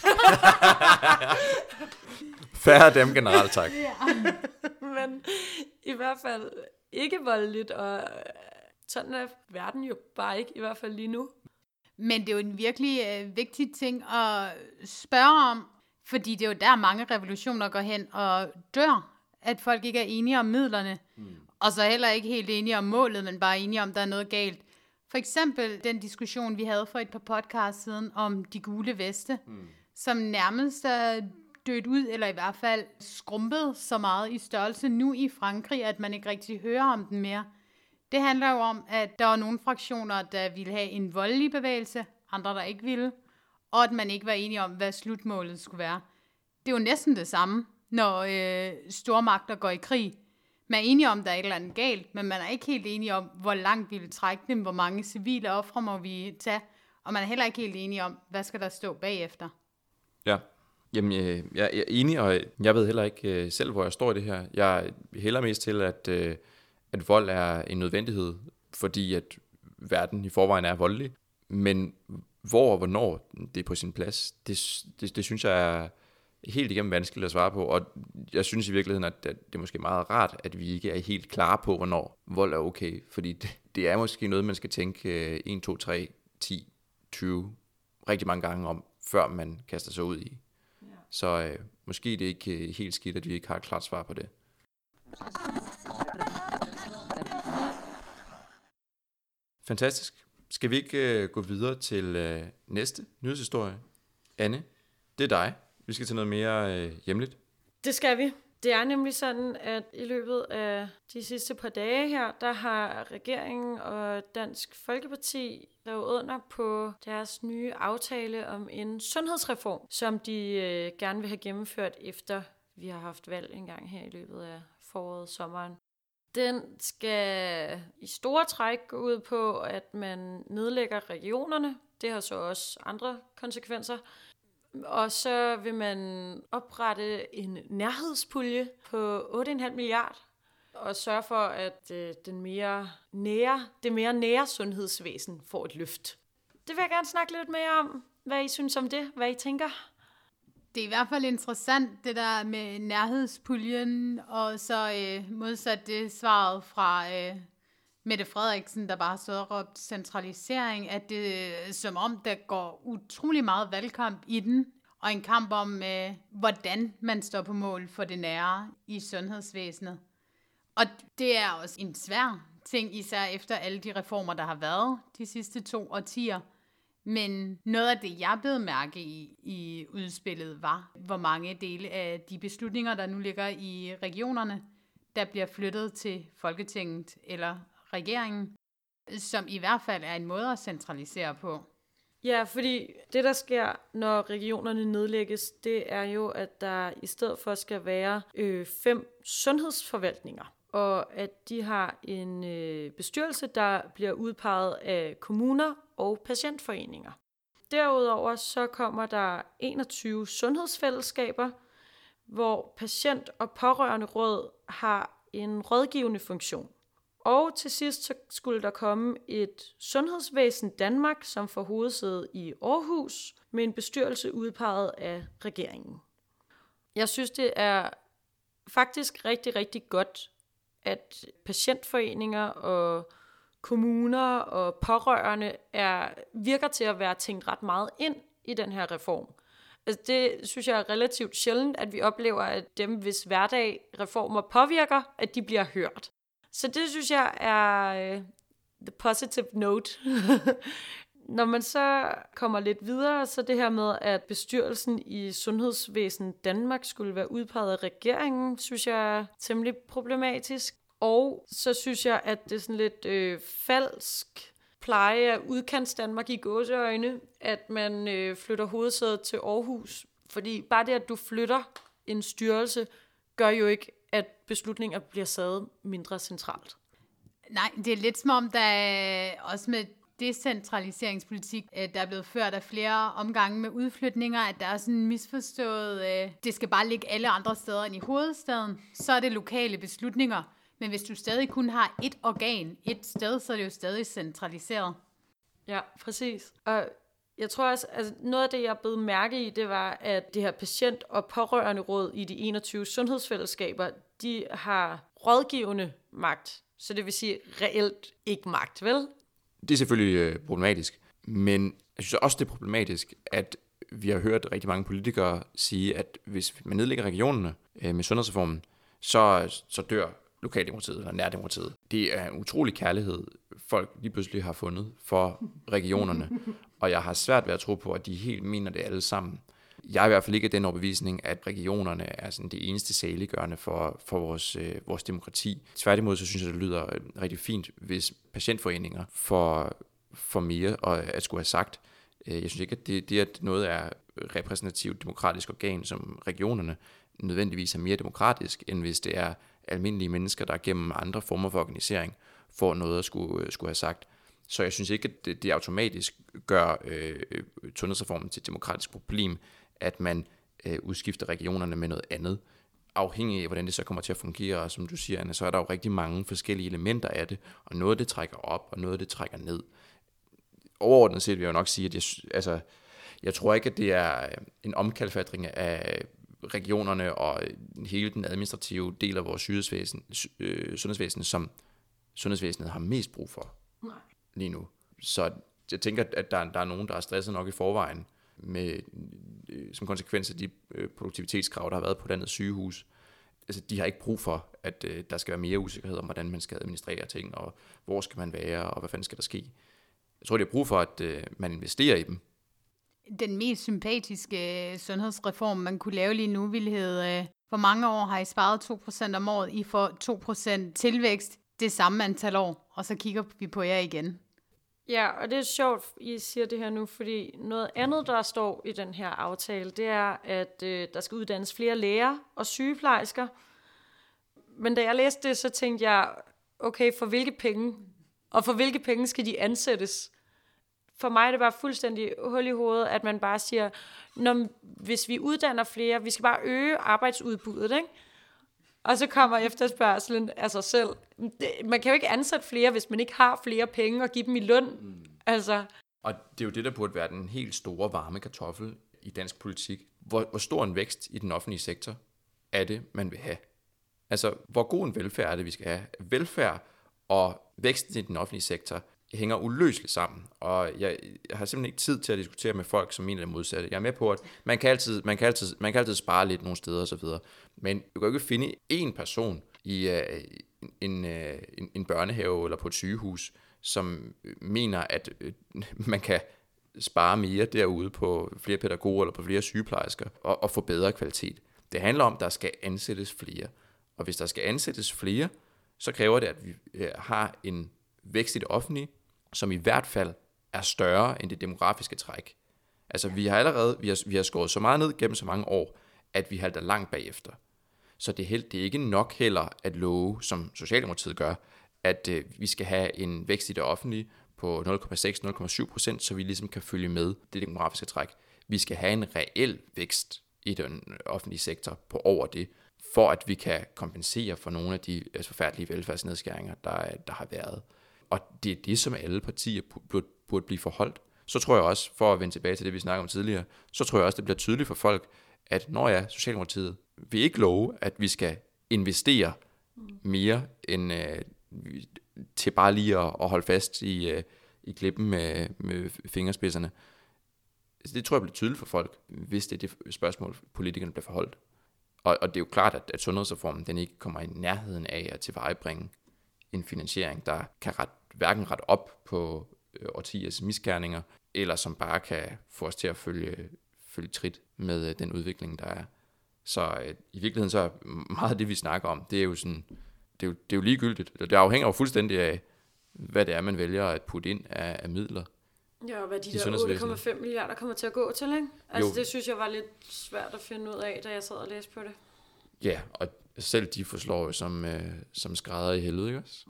Færre dem generelt, tak. Men i hvert fald ikke voldeligt, og sådan er verden jo bare ikke, i hvert fald lige nu. Men det er jo en virkelig øh, vigtig ting at spørge om, fordi det er jo der, mange revolutioner går hen og dør, at folk ikke er enige om midlerne, mm. og så heller ikke helt enige om målet, men bare enige om, der er noget galt. For eksempel den diskussion, vi havde for et par podcast siden om de gule veste, mm. som nærmest er dødt ud, eller i hvert fald skrumpet så meget i størrelse nu i Frankrig, at man ikke rigtig hører om den mere. Det handler jo om, at der var nogle fraktioner, der ville have en voldelig bevægelse, andre der ikke ville, og at man ikke var enige om, hvad slutmålet skulle være. Det er jo næsten det samme, når øh, stormagter går i krig. Man er enige om, der er et eller andet galt, men man er ikke helt enige om, hvor langt vi vil trække dem, hvor mange civile ofre må vi tage, og man er heller ikke helt enige om, hvad skal der stå bagefter. Ja, jamen jeg, jeg er enig, og jeg ved heller ikke selv, hvor jeg står i det her. Jeg hælder mest til, at, at vold er en nødvendighed, fordi at verden i forvejen er voldelig, men hvor og hvornår det er på sin plads, det, det, det synes jeg er helt igennem vanskeligt at svare på, og jeg synes i virkeligheden, at det er måske meget rart, at vi ikke er helt klare på, hvornår vold er okay, fordi det, det er måske noget, man skal tænke en, to, tre, ti, tyve rigtig mange gange om, før man kaster sig ud i. Ja. Så øh, måske det er ikke helt skidt, at vi ikke har et klart svar på det. Fantastisk. Skal vi ikke øh, gå videre til øh, næste nyhedshistorie? Anne, det er dig. Vi skal til noget mere øh, hjemligt. Det skal vi. Det er nemlig sådan, at i løbet af de sidste par dage her, der har regeringen og Dansk Folkeparti lavet under på deres nye aftale om en sundhedsreform, som de øh, gerne vil have gennemført efter vi har haft valg en gang her i løbet af foråret, sommeren. Den skal i store træk gå ud på, at man nedlægger regionerne. Det har så også andre konsekvenser. Og så vil man oprette en nærhedspulje på otte komma fem milliarder og sørge for, at øh, den mere nære, det mere nære sundhedsvæsen får et løft. Det vil jeg gerne snakke lidt mere om, hvad I synes om det, hvad I tænker. Det er i hvert fald interessant, det der med nærhedspuljen, og så øh, modsat det svaret fra øh, Mette Frederiksen, der bare har stået og råbt centralisering, at det øh, som om, der går utrolig meget valgkamp i den, og en kamp om, øh, hvordan man står på mål for det nære i sundhedsvæsenet. Og det er også en svær ting, især efter alle de reformer, der har været de sidste to årtier. Men noget af det, jeg blev mærke i, i udspillet, var, hvor mange dele af de beslutninger, der nu ligger i regionerne, der bliver flyttet til Folketinget eller regeringen, som i hvert fald er en måde at centralisere på. Ja, fordi det, der sker, når regionerne nedlægges, det er jo, at der i stedet for skal være øh, fem sundhedsforvaltninger, og at de har en øh, bestyrelse, der bliver udpeget af kommuner og patientforeninger. Derudover så kommer der enogtyve sundhedsfællesskaber, hvor patient- og pårørenderåd har en rådgivende funktion. Og til sidst så skulle der komme et Sundhedsvæsen Danmark, som får hovedsæde i Aarhus, med en bestyrelse udpeget af regeringen. Jeg synes, det er faktisk rigtig, rigtig godt, at patientforeninger og kommuner og pårørende er, virker til at være tænkt ret meget ind i den her reform. Altså det synes jeg er relativt sjældent, at vi oplever, at dem, hvis hverdag reformer påvirker, at de bliver hørt. Så det synes jeg er uh, the positive note. Når man så kommer lidt videre, så det her med, at bestyrelsen i Sundhedsvæsen Danmark skulle være udpeget af regeringen, synes jeg er temmelig problematisk. Og så synes jeg, at det er sådan lidt øh, falsk pleje af udkants Danmark i gåseøjne, at man øh, flytter hovedsædet til Aarhus. Fordi bare det, at du flytter en styrelse, gør jo ikke, at beslutninger bliver taget mindre centralt. Nej, det er lidt som om, der er også med decentraliseringspolitik, der er blevet ført af flere omgange med udflytninger, at der er sådan misforstået, det skal bare ligge alle andre steder end i hovedstaden. Så er det lokale beslutninger. Men hvis du stadig kun har et organ, et sted, så er det jo stadig centraliseret. Ja, præcis. Og jeg tror også, altså noget af det, jeg blev mærke i, det var, at det her patient- og pårørenderåd i de enogtyve sundhedsfællesskaber, de har rådgivende magt. Så det vil sige reelt ikke magt, vel? Det er selvfølgelig øh, problematisk, men jeg synes også, det er problematisk, at vi har hørt rigtig mange politikere sige, at hvis man nedlægger regionerne øh, med sundhedsreformen, så, så dør lokaldemokratiet eller nærdemokratiet. Det er en utrolig kærlighed, folk lige pludselig har fundet for regionerne, og jeg har svært ved at tro på, at de helt mener det alle sammen. Jeg er i hvert fald ikke af den overbevisning, at regionerne er sådan det eneste saliggørende for, for vores, øh, vores demokrati. Tværtimod, så synes jeg, det lyder rigtig fint, hvis patientforeninger får, får mere at skulle have sagt. Jeg synes ikke, at det, det at noget er repræsentativt demokratisk organ, som regionerne nødvendigvis er mere demokratisk, end hvis det er almindelige mennesker, der gennem andre former for organisering får noget at skulle, skulle have sagt. Så jeg synes ikke, at det, det automatisk gør øh, sundhedsreformen til et demokratisk problem, at man øh, udskifter regionerne med noget andet. Afhængig af, hvordan det så kommer til at fungere, og som du siger, Anna, så er der jo rigtig mange forskellige elementer af det, og noget det trækker op, og noget det trækker ned. Overordnet set vil jeg jo nok sige, at jeg, altså, jeg tror ikke, at det er en omkalfatring af regionerne og hele den administrative del af vores sundhedsvæsen, øh, sundhedsvæsen som sundhedsvæsenet har mest brug for Nej. lige nu. Så jeg tænker, at der, der er nogen, der er stresset nok i forvejen, med, øh, som konsekvens af de øh, produktivitetskrav, der har været på landets sygehus. Altså, de har ikke brug for, at øh, der skal være mere usikkerhed om, hvordan man skal administrere ting, og hvor skal man være, og hvad fanden skal der ske. Jeg tror, de har brug for, at øh, man investerer i dem. Den mest sympatiske sundhedsreform, man kunne lave lige nu, ville hedde, hvor mange år har I sparet to procent om året, I får to procent tilvækst det samme antal år, og så kigger vi på jer igen. Ja, og det er sjovt, I siger det her nu, fordi noget andet, der står i den her aftale, det er, at øh, der skal uddannes flere læger og sygeplejersker. Men da jeg læste det, så tænkte jeg, okay, for hvilke penge? Og for hvilke penge skal de ansættes? For mig er det bare fuldstændig hul i hovedet, at man bare siger, når, hvis vi uddanner flere, vi skal bare øge arbejdsudbuddet, ikke? Og så kommer efterspørgselen af sig selv. Det, man kan jo ikke ansætte flere, hvis man ikke har flere penge og give dem i løn. Mm. Altså. Og det er jo det, der burde være den helt store varme kartoffel i dansk politik. Hvor, hvor stor en vækst i den offentlige sektor er det, man vil have? Altså, hvor god en velfærd er det, vi skal have? Velfærd og væksten i den offentlige sektor hænger uløseligt sammen, og jeg, jeg har simpelthen ikke tid til at diskutere med folk, som mener det modsatte. Jeg er med på, at man kan altid, man kan altid, man kan altid spare lidt nogle steder og så videre, men du kan jo ikke finde en person i uh, en, uh, en, en børnehave eller på et sygehus, som mener, at uh, man kan spare mere derude på flere pædagoger eller på flere sygeplejersker og, og få bedre kvalitet. Det handler om, at der skal ansættes flere, og hvis der skal ansættes flere, så kræver det, at vi uh, har en vækst i det offentlige, som i hvert fald er større end det demografiske træk. Altså vi har allerede, vi har, vi har skåret så meget ned gennem så mange år, at vi halter langt bagefter. Så det er, helt, det er ikke nok heller at love, som Socialdemokratiet gør, at øh, vi skal have en vækst i det offentlige på nul komma seks til nul komma syv procent, så vi ligesom kan følge med det demografiske træk. Vi skal have en reel vækst i den offentlige sektor på over det, for at vi kan kompensere for nogle af de altså, forfærdelige velfærdsnedskæringer, der, der har været. Og det er det, som alle partier burde, burde blive forholdt. Så tror jeg også, for at vende tilbage til det, vi snakkede om tidligere, så tror jeg også, det bliver tydeligt for folk, at når ja, Socialdemokratiet vil ikke love, at vi skal investere mere end øh, til bare lige at, at holde fast i, øh, i klippen med, med fingerspidserne. Det tror jeg bliver tydeligt for folk, hvis det er det spørgsmål, politikerne bliver forholdt. Og, og det er jo klart, at, at sundhedsreformen den ikke kommer i nærheden af at tilvejebringe en finansiering, der kan ret, hverken rette op på øh, årtiers miskærninger, eller som bare kan få os til at følge, følge trit med øh, den udvikling, der er. Så øh, i virkeligheden så er meget af det, vi snakker om, det er jo sådan, det er jo, det er jo ligegyldigt. Det afhænger jo fuldstændig af, hvad det er, man vælger at putte ind af, af midler. Ja, og hvad de der otte komma fem milliarder kommer til at gå til, ikke? Altså jo. Det synes jeg var lidt svært at finde ud af, da jeg sad og læste på det. Ja, og selv de forslår jo som, øh, som skrædder i helvede, ikke også?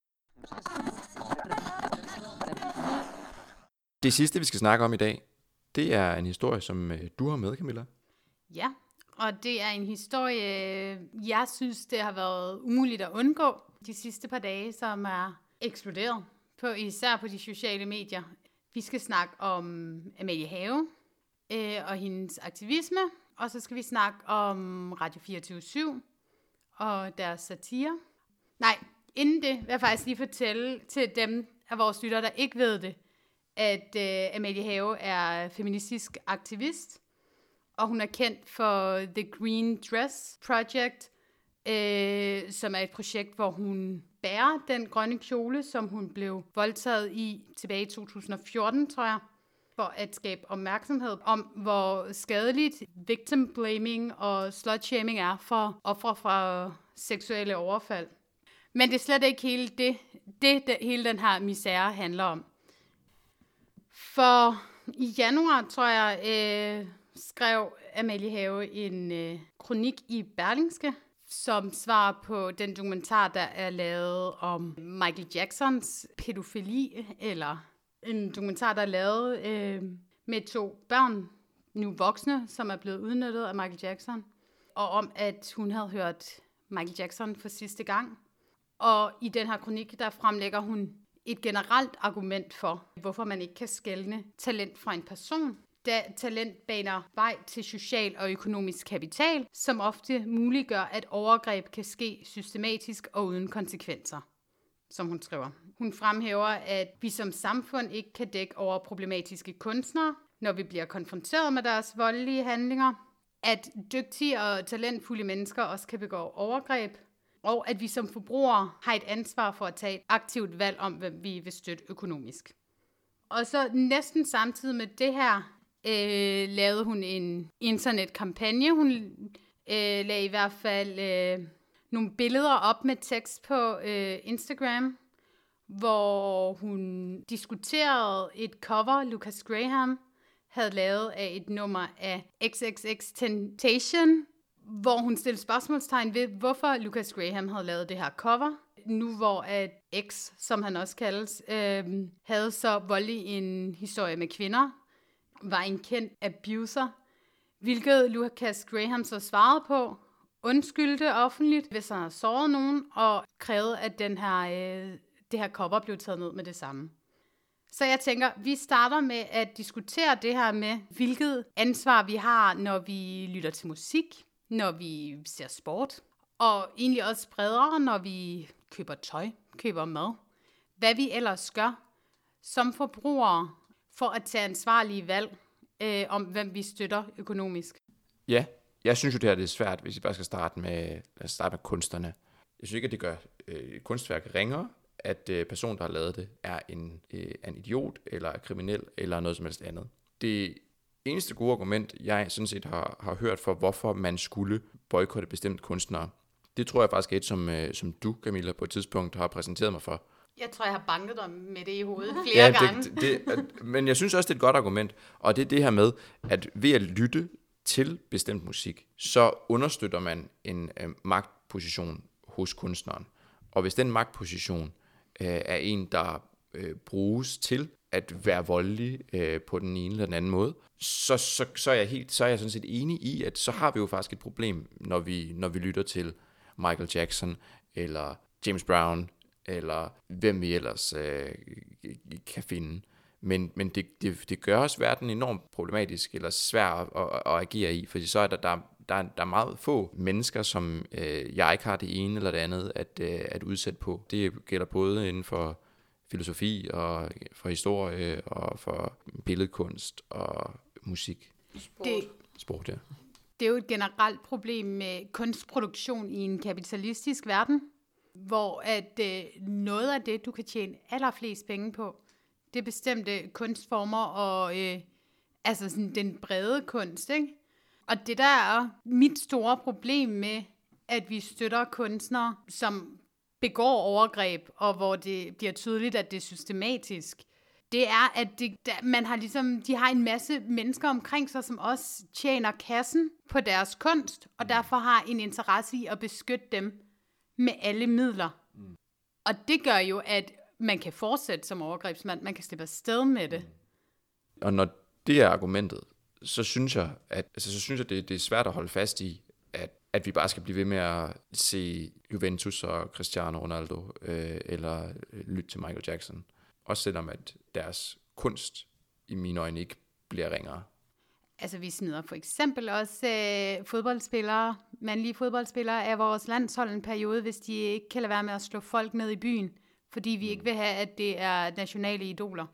Det sidste, vi skal snakke om i dag, det er en historie, som øh, du har med, Camilla. Ja, og det er en historie, jeg synes, det har været umuligt at undgå de sidste par dage, som er eksploderet, på, især på de sociale medier. Vi skal snakke om Amalie Have øh, og hendes aktivisme, og så skal vi snakke om Radio fireogtyve syv og deres satire. Nej, inden det vil jeg faktisk lige fortælle til dem af vores lyttere, der ikke ved det, at øh, Amalie Have er feministisk aktivist, og hun er kendt for The Green Dress Project, øh, som er et projekt, hvor hun bærer den grønne kjole, som hun blev voldtaget i tilbage i to tusind og fjorten, tror jeg, for at skabe opmærksomhed om, hvor skadeligt victim blaming og slut-shaming er for ofre fra seksuelle overfald. Men det er slet ikke hele det, det, det hele den her misære handler om. For i januar, tror jeg, øh, skrev Amalie Have en øh, kronik i Berlingske, som svar på den dokumentar, der er lavet om Michael Jacksons pædofili, eller en dokumentar, der er lavet øh, med to børn, nu voksne, som er blevet udnyttet af Michael Jackson, og om, at hun havde hørt Michael Jackson for sidste gang. Og i den her kronik, der fremlægger hun et generelt argument for, hvorfor man ikke kan skelne talent fra en person, da talent baner vej til social og økonomisk kapital, som ofte muliggør, at overgreb kan ske systematisk og uden konsekvenser, som hun skriver. Hun fremhæver, at vi som samfund ikke kan dække over problematiske kunstnere, når vi bliver konfronteret med deres voldelige handlinger, at dygtige og talentfulde mennesker også kan begå overgreb, og at vi som forbrugere har et ansvar for at tage et aktivt valg om, hvem vi vil støtte økonomisk. Og så næsten samtidig med det her, Øh, lavede hun en internetkampagne. Hun øh, lagde i hvert fald øh, nogle billeder op med tekst på øh, Instagram, hvor hun diskuterede et cover, Lucas Graham havde lavet af et nummer af X X X Temptation, hvor hun stillede spørgsmålstegn ved, hvorfor Lucas Graham havde lavet det her cover. Nu hvor at X, som han også kaldes, øh, havde så voldelig en historie med kvinder, var en kendt abuser, hvilket Lucas Graham så svarede på, undskyldte offentligt, hvis han havde såret nogen, og krævede, at den her, øh, det her cover blev taget ned med det samme. Så jeg tænker, vi starter med at diskutere det her med, hvilket ansvar vi har, når vi lytter til musik, når vi ser sport, og egentlig også bredere, når vi køber tøj, køber mad. Hvad vi ellers gør som forbrugere, for at tage ansvarlige valg øh, om, hvem vi støtter økonomisk. Ja, jeg synes jo, det her det er svært, hvis vi bare skal starte med, lad os starte med kunstnerne. Jeg synes ikke, at det gør øh, et kunstværk ringere, at øh, personen, der har lavet det, er en, øh, en idiot, eller er kriminel, eller noget som helst andet. Det eneste gode argument, jeg sådan set har, har hørt for, hvorfor man skulle boykotte bestemte kunstnere, det tror jeg faktisk er et, som, øh, som du, Camilla, på et tidspunkt har præsenteret mig for. Jeg tror, jeg har banket dig med det i hovedet flere ja, gange. det, det, men jeg synes også, det er et godt argument. Og det er det her med, at ved at lytte til bestemt musik, så understøtter man en øh, magtposition hos kunstneren. Og hvis den magtposition øh, er en, der øh, bruges til at være voldelig øh, på den ene eller den anden måde, så, så, så, er jeg helt, så er jeg sådan set enig i, at så har vi jo faktisk et problem, når vi, når vi lytter til Michael Jackson, eller James Brown, eller hvem vi ellers øh, kan finde. Men, men det, det, det gør også verden enormt problematisk, eller svær at, at, at agere i, fordi så er der, der, der, der er meget få mennesker, som øh, jeg ikke har det ene eller det andet at, øh, at udsætte på. Det gælder både inden for filosofi, og for historie, og for billedkunst, og musik. Sport. Det, Sport, ja. Det er jo et generelt problem med kunstproduktion i en kapitalistisk verden, hvor at øh, noget af det, du kan tjene allerflest penge på, det er bestemte kunstformer og øh, altså sådan den brede kunst, ikke? Og det der er mit store problem med, at vi støtter kunstnere, som begår overgreb, og hvor det bliver tydeligt, at det er systematisk, det er, at det, man har ligesom, de har en masse mennesker omkring sig, som også tjener kassen på deres kunst, og derfor har en interesse i at beskytte dem med alle midler. Mm. Og det gør jo, at man kan fortsætte som overgrebsmand, man kan slippe afsted med det. Og når det er argumentet, så synes jeg, at altså, så synes jeg, det, det er svært at holde fast i, at, at vi bare skal blive ved med at se Juventus og Cristiano Ronaldo, øh, eller lytte til Michael Jackson. Også selvom at deres kunst i mine øjne ikke bliver ringere. Altså vi smider for eksempel også øh, fodboldspillere, mandlige fodboldspillere af vores landshold en periode, hvis de ikke kan lade være med at slå folk ned i byen, fordi vi ikke vil have, at det er nationale idoler.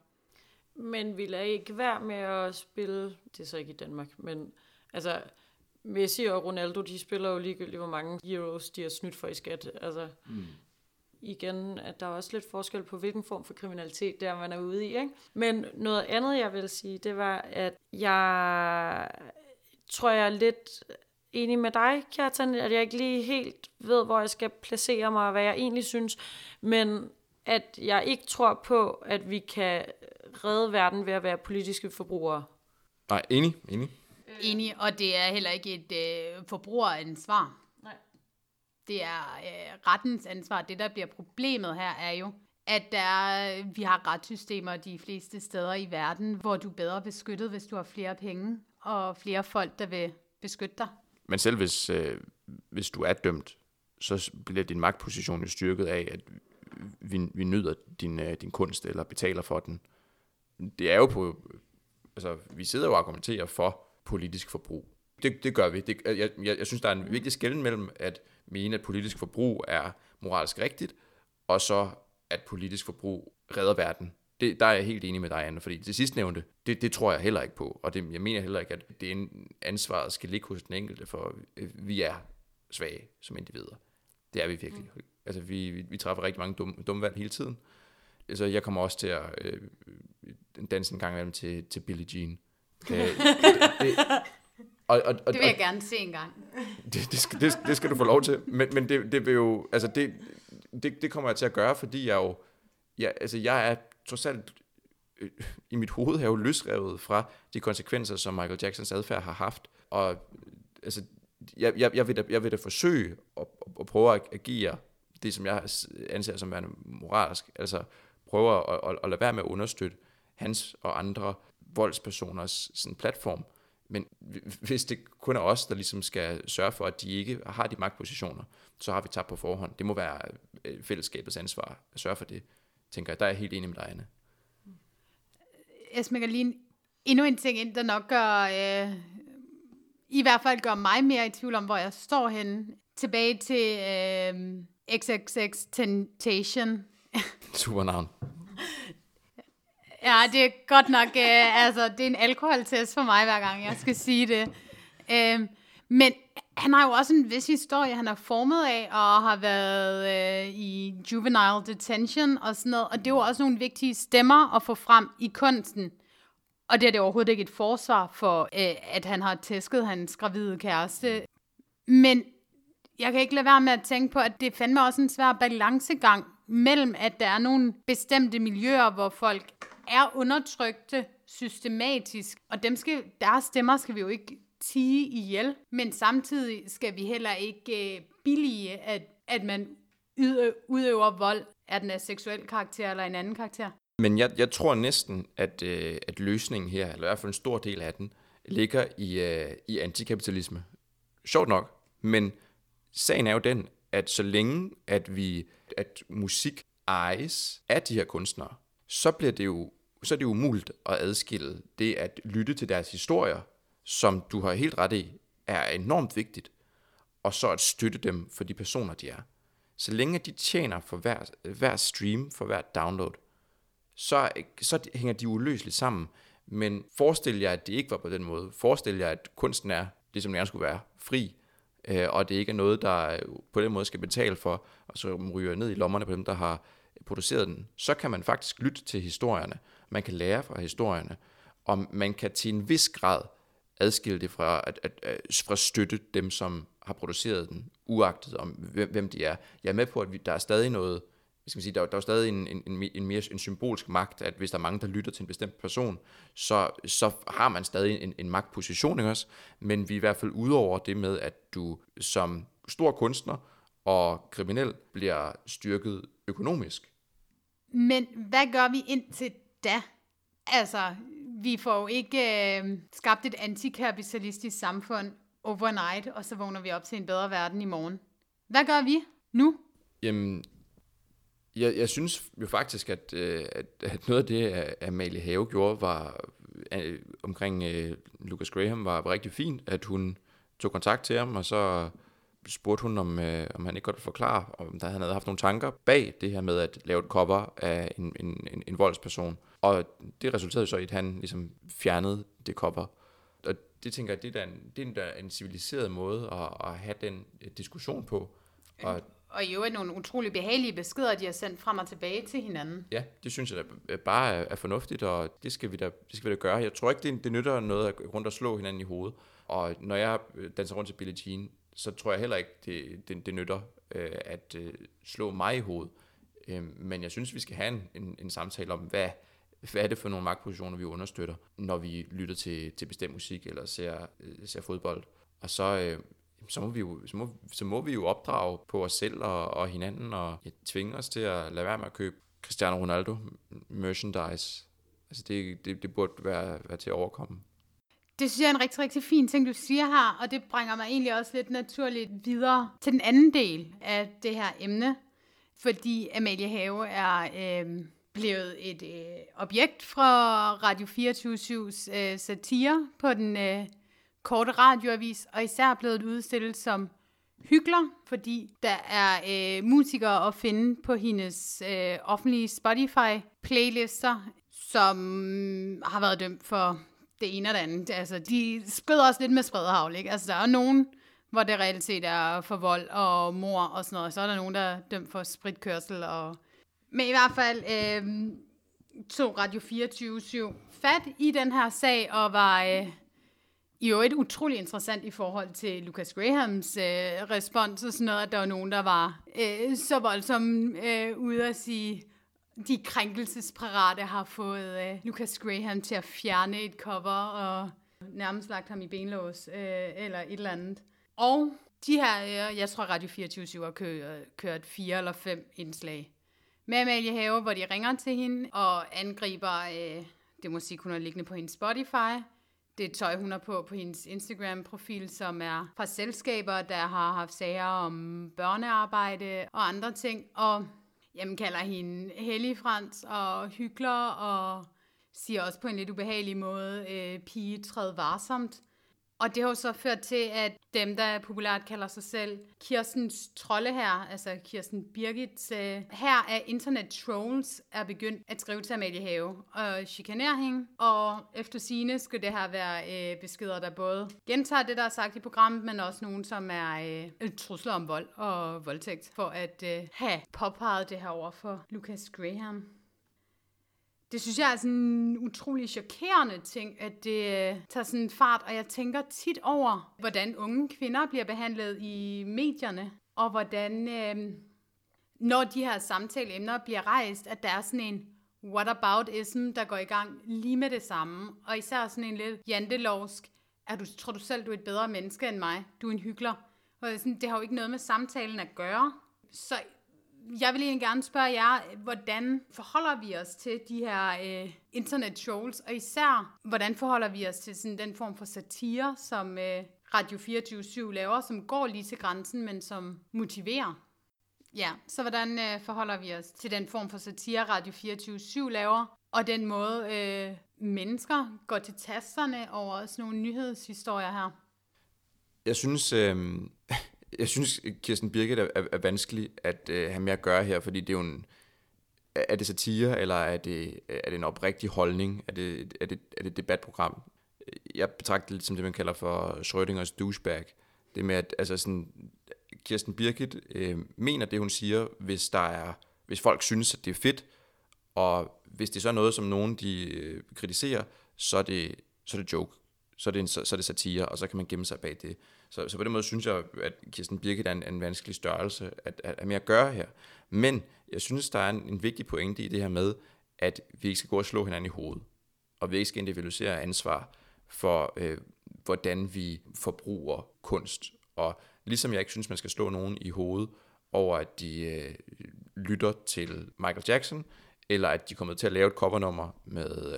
Men vi lader ikke være med at spille, det er så ikke i Danmark, men altså Messi og Ronaldo, de spiller jo ligegyldigt, hvor mange euros de har snydt for i skat. Altså mm. igen, at der er også lidt forskel på, hvilken form for kriminalitet der man er ude i, ikke? Men noget andet, jeg vil sige, det var, at jeg tror, jeg er lidt enig med dig, Kjartan, at jeg ikke lige helt ved, hvor jeg skal placere mig, og hvad jeg egentlig synes, men at jeg ikke tror på, at vi kan redde verden ved at være politiske forbrugere. Nej, enig, enig. Enig, og det er heller ikke et øh, forbrugeransvar. Nej. Det er øh, rettens ansvar. Det, der bliver problemet her, er jo, at der, vi har retssystemer de fleste steder i verden, hvor du er bedre beskyttet, hvis du har flere penge, og flere folk, der vil beskytte dig. Men selv hvis, øh, hvis du er dømt, så bliver din magtposition jo styrket af, at vi, vi nyder din, øh, din kunst, eller betaler for den. Det er jo på, altså vi sidder jo og argumenterer for politisk forbrug. Det, det gør vi. Det, jeg, jeg, jeg synes, der er en vigtig skelnen mellem at mene, at politisk forbrug er moralsk rigtigt, og så at politisk forbrug redder verden. Det, der er jeg helt enig med dig, Anne, fordi det sidstnævnte, det, det tror jeg heller ikke på, og det, jeg mener heller ikke, at det ansvaret skal ligge hos den enkelte, for vi er svage som individer. Det er vi virkelig. Mm. Altså, vi, vi, vi træffer rigtig mange dumme, dumme valg hele tiden. Altså, jeg kommer også til at øh, danse en gang imellem til, til Billie Jean. Øh, det, det, og, og, og, det vil jeg gerne se en gang. Det, det, skal, det, det skal du få lov til. Men, men det, det vil jo, altså det, det, det kommer jeg til at gøre, fordi jeg jo, ja, altså jeg er trods alt, øh, i mit hoved er jo løsrevet fra de konsekvenser, som Michael Jacksons adfærd har haft. Og altså, jeg, jeg, jeg, vil, da, jeg vil da forsøge at, at prøve at agere det, som jeg anser som værende moralsk. Altså prøve at, at, at lade være med at understøtte hans og andre voldspersoners sådan, platform. Men hvis det kun er os, der ligesom skal sørge for, at de ikke har de magtpositioner, så har vi tabt på forhånd. Det må være fællesskabets ansvar at sørge for det, tænker jeg. Der er jeg helt enig med dig, Anne. Jeg smækker lige endnu en ting ind, der nok gør, øh, i hvert fald gør mig mere i tvivl om, hvor jeg står henne. Tilbage til øh, X X X Temptation. Super navn. Ja, det er godt nok, øh, altså, det er en alkoholtest for mig, hver gang jeg skal sige det. Øh, men han har jo også en vis historie, han er formet af, og har været øh, i juvenile detention og sådan noget, og det er jo også nogle vigtige stemmer at få frem i kunsten. Og det er det overhovedet ikke et forsvar for, øh, at han har tæsket hans gravide kæreste. Men jeg kan ikke lade være med at tænke på, at det er fandme også en svær balancegang, mellem, at der er nogle bestemte miljøer, hvor folk er undertrykte systematisk, og dem skal, deres stemmer skal vi jo ikke tie ihjel, men samtidig skal vi heller ikke øh, billige, at, at man yder, udøver vold, er den af seksuel karakter eller en anden karakter. Men jeg, jeg tror næsten, at, øh, at løsningen her, eller i hvert fald en stor del af den, ligger i, øh, i antikapitalisme. Sjovt nok, men sagen er jo den, at så længe at vi at musik ejes af de her kunstnere, så bliver det jo så er det umuligt at adskille det at lytte til deres historier, som du har helt ret i, er enormt vigtigt, og så at støtte dem for de personer, de er. Så længe de tjener for hver, hver stream, for hver download, så, så hænger de uløseligt sammen. Men forestil jer, at det ikke var på den måde. Forestil jer, at kunsten er, det som den gerne skulle være, fri, øh, og det ikke er noget, der på den måde skal betale for, og så ryger ned i lommerne på dem, der har produceret den. Så kan man faktisk lytte til historierne. Man kan lære fra historierne, og man kan til en vis grad adskille det fra at, at, at fra støtte dem, som har produceret den, uagtet om hvem, hvem de er. Jeg er med på, at vi, der er stadig noget, skal man sige, der, der er stadig en, en, en, en mere en symbolsk magt, at hvis der er mange, der lytter til en bestemt person, så, så har man stadig en, en magtposition, ikke også? Men vi er i hvert fald ude over det med, at du som stor kunstner og kriminel bliver styrket økonomisk. Men hvad gør vi indtil da? Altså, vi får jo ikke øh, skabt et antikapitalistisk samfund overnight, og så vågner vi op til en bedre verden i morgen. Hvad gør vi nu? Jamen, jeg, jeg synes jo faktisk, at, øh, at, at noget af det, Amalie Have gjorde, var øh, omkring øh, Lucas Graham, var, var rigtig fint, at hun tog kontakt til ham, og så spurgte hun, om, øh, om han ikke godt ville forklare, om der han havde haft nogle tanker bag det her med at lave et cover af en, en, en, en voldsperson. Og det resulterede så i, at han ligesom fjernede det cover. Og det tænker jeg, det er en, det er en civiliseret måde at, at have den diskussion på. Og, og i øvrigt nogle utrolig behagelige beskeder, de har sendt frem og tilbage til hinanden. Ja, det synes jeg da bare er, er fornuftigt, og det skal vi da, det skal vi da gøre. Jeg tror ikke, det, det nytter noget at rundt og slå hinanden i hovedet. Og når jeg danser rundt til Billie Jean, så tror jeg heller ikke, det, det, det nytter øh, at øh, slå mig i hovedet. Øh, men jeg synes, vi skal have en, en, en samtale om, hvad, hvad er det for nogle magtpositioner, vi understøtter, når vi lytter til, til bestemt musik eller ser, øh, ser fodbold. Og så, øh, så, må vi jo, så, må, så må vi jo opdrage på os selv og, og hinanden, og ja, tvinge os til at lade være med at købe Cristiano Ronaldo merchandise. Altså det, det, det burde være, være til at overkomme. Det synes jeg er en rigtig, rigtig fin ting, du siger her, og det bringer mig egentlig også lidt naturligt videre til den anden del af det her emne, fordi Amalie Have er øh, blevet et øh, objekt fra Radio fireogtyve syvs øh, satire på den øh, korte radioavis, og især blevet udstillet som hykler, fordi der er øh, musikere at finde på hendes øh, offentlige Spotify-playlister, som har været dømt for det ene og det andet. Altså, de skrider også lidt med spredhavl, ikke? Altså, der er nogen, hvor det reelt set er for vold og mor og sådan noget. Så er der nogen, der er dømt for spritkørsel. Og... Men i hvert fald øh, tog Radio fireogtyve syv fat i den her sag, og var øh, i øvrigt utrolig interessant i forhold til Lucas Grahams øh, respons og sådan noget, at der var nogen, der var øh, så voldsomt øh, ude at sige, de krænkelsesparate har fået øh, Lucas Graham til at fjerne et cover og nærmest lagt ham i benlås øh, eller et eller andet. Og de her, øh, jeg tror Radio fireogtyve syv har kørt, kørt fire eller fem indslag med Amalie Have, hvor de ringer til hende og angriber øh, det musik, hun har liggende på hendes Spotify. Det tøj, hun har på på hendes Instagram-profil, som er fra selskaber, der har haft sager om børnearbejde og andre ting. Og jamen, kalder hende helligfrans og hykler, og siger også på en lidt ubehagelig måde, øh, pige, træd varsomt. Og det har jo så ført til, at dem, der populært kalder sig selv Kirstens trolde her, altså Kirsten Birgits, øh, her er internet trolls, er begyndt at skrive til Amalie Have og chikanere hende. Og efter sigende skal det her være øh, beskeder, der både gentager det, der er sagt i programmet, men også nogen, som er øh, trusler om vold og voldtægt, for at øh, have påpeget det her over for Lucas Graham. Det synes jeg er sådan en utrolig chokerende ting, at det øh, tager sådan en fart, og jeg tænker tit over, hvordan unge kvinder bliver behandlet i medierne, og hvordan, øh, når de her samtaleemner bliver rejst, at der er sådan en whataboutism, der går i gang lige med det samme. Og især sådan en lidt jantelovsk, er du, tror du selv, du er et bedre menneske end mig? Du er en hyggelig. Og sådan, det har jo ikke noget med samtalen at gøre. Så jeg vil egentlig gerne spørge jer, hvordan forholder vi os til de her øh, internet-shows? Og især, hvordan forholder vi os til sådan den form for satire, som øh, Radio fireogtyve syv laver, som går lige til grænsen, men som motiverer? Ja, så hvordan øh, forholder vi os til den form for satire, Radio fireogtyve syv laver, og den måde øh, mennesker går til tasterne over sådan nogle nyhedshistorier her? Jeg synes, øh, jeg synes Kirsten Birgit er, er, er vanskelig at øh, have med at gøre her, fordi det er jo en, er det satire, eller er det, er det en oprigtig holdning? Er det, er, det, er det et debatprogram? Jeg betragter det lidt som det, man kalder for Schrödingers douchebag. Det med, at altså sådan, Kirsten Birgit øh, mener det, hun siger, hvis, der er, hvis folk synes, at det er fedt, og hvis det så er noget, som nogen de øh, kritiserer, så er, det, så er det joke. Så er det, en, så, så er det satire, og så kan man gemme sig bag det. Så, så på den måde synes jeg, at Kirsten Birgit er en, en vanskelig størrelse at, at, at med at gøre her. Men jeg synes, der er en, en vigtig pointe i det her med, at vi ikke skal gå og slå hinanden i hovedet, og vi ikke skal individualisere ansvar for, øh, hvordan vi forbruger kunst. Og ligesom jeg ikke synes, man skal slå nogen i hovedet over, at de øh, lytter til Michael Jackson, eller at de kommer til at lave et covernummer med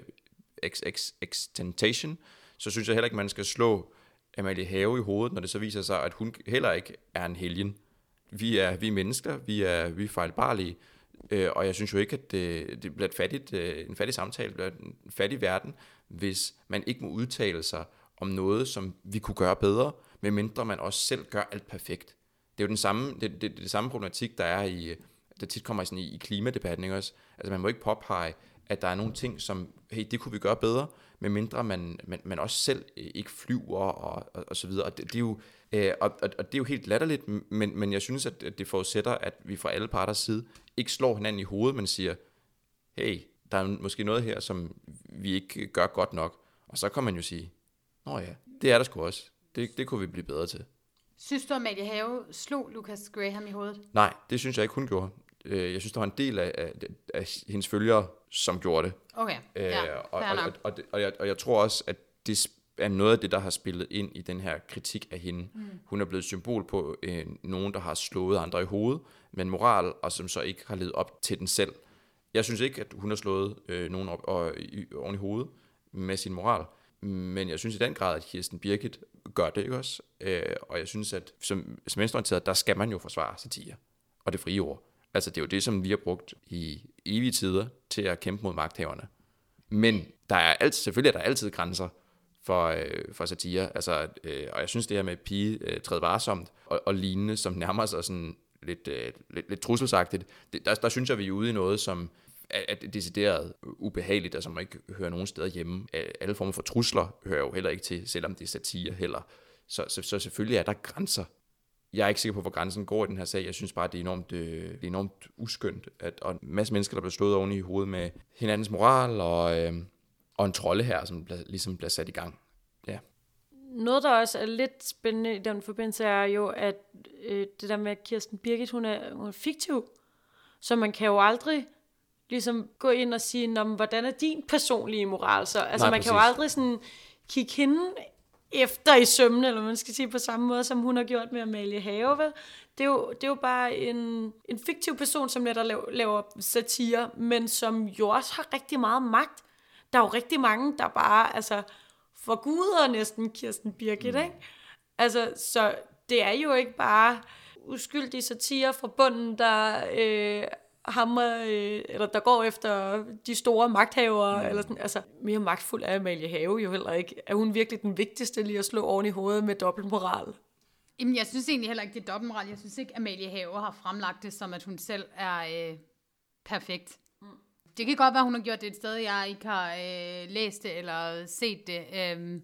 øh, X X X Temptation, så synes jeg heller ikke, man skal slå Amalie Have i hovedet, når det så viser sig, at hun heller ikke er en helgen. Vi er, vi er mennesker, vi er, vi er fejlbarlige, øh, og jeg synes jo ikke, at det, det bliver et fattigt, øh, en fattig samtale, det bliver en fattig verden, hvis man ikke må udtale sig om noget, som vi kunne gøre bedre, medmindre man også selv gør alt perfekt. Det er jo den samme, det, det, det, det samme problematik, der er i, der tit kommer sådan i, i klimadebatten, ikke også? Altså man må ikke påpege, at der er nogle ting, som, hey, det kunne vi gøre bedre, medmindre man, man, man også selv ikke flyver og, og, og så videre. Og det, det er jo, øh, og, og det er jo helt latterligt, men, men jeg synes, at det forudsætter, at vi fra alle parters side ikke slår hinanden i hovedet, men siger, hey, der er måske noget her, som vi ikke gør godt nok. Og så kan man jo sige, nå ja, det er der sgu også. Det, det kunne vi blive bedre til. Synes du, at Amalie Have slog Lucas Graham i hovedet? Nej, det synes jeg ikke, hun gjorde. Jeg synes, der var en del af, af, af hendes følgere, som gjorde det. Okay, ja, øh, og, og, og, og, og, jeg, og jeg tror også, at det er noget af det, der har spillet ind i den her kritik af hende. Mm. Hun er blevet symbol på øh, nogen, der har slået andre i hovedet, men moral, og som så ikke har levet op til den selv. Jeg synes ikke, at hun har slået øh, nogen op og, i, oven i hovedet med sin moral, men jeg synes i den grad, at Kirsten Birgit gør det, ikke også? Øh, og jeg synes, at som, som venstreorienteret, der skal man jo forsvare satire og det frie ord. Altså det er jo det, som vi har brugt i evige tider til at kæmpe mod magthaverne. Men der er altid, selvfølgelig er der altid grænser for, øh, for satire. Altså, øh, og jeg synes det her med pige øh, træde varsomt og, og lignende, som nærmer sig sådan lidt, øh, lidt, lidt trusselsagtigt, det, der, der synes jeg, vi er ude i noget, som er, er decideret ubehageligt, og som ikke hører nogen steder hjemme. Alle former for trusler hører jo heller ikke til, selvom det er satire heller. Så, så, så selvfølgelig er der grænser. Jeg er ikke sikker på, hvor grænsen går i den her sag. Jeg synes bare, det er enormt, øh, det er enormt uskyndt, at og en masse mennesker, der bliver slået oven i hovedet med hinandens moral, og, øh, og en trolde her, som bliver, ligesom bliver sat i gang. Ja. Noget, der også er lidt spændende i den forbindelse, er jo, at øh, det der med, at Kirsten Birgit, hun er, hun er fiktiv, så man kan jo aldrig ligesom gå ind og sige, hvordan er din personlige moral så? Altså Nej, man præcis. kan jo aldrig sådan kigge hende efter i sømne, eller man skal sige på samme måde, som hun har gjort med Amalie Have, vel? Det er jo, det er jo bare en, en fiktiv person, som netop laver, laver satire, men som jo også har rigtig meget magt. Der er jo rigtig mange, der bare, altså, forguder næsten Kirsten Birgit, mm. ikke? Altså, så det er jo ikke bare uskyldige satire fra bunden, der øh, hammer, øh, eller der går efter de store magthavere, mm. eller sådan. Altså, mere magtfuld er Amalie Have jo heller ikke. Er hun virkelig den vigtigste lige at slå oven i hovedet med dobbeltmoral? Jamen, jeg synes egentlig heller ikke, det er dobbeltmoral. Jeg synes ikke, Amalie Have har fremlagt det, som at hun selv er øh, perfekt. Mm. Det kan godt være, hun har gjort det et sted, jeg ikke har øh, læst det eller set det. Øhm.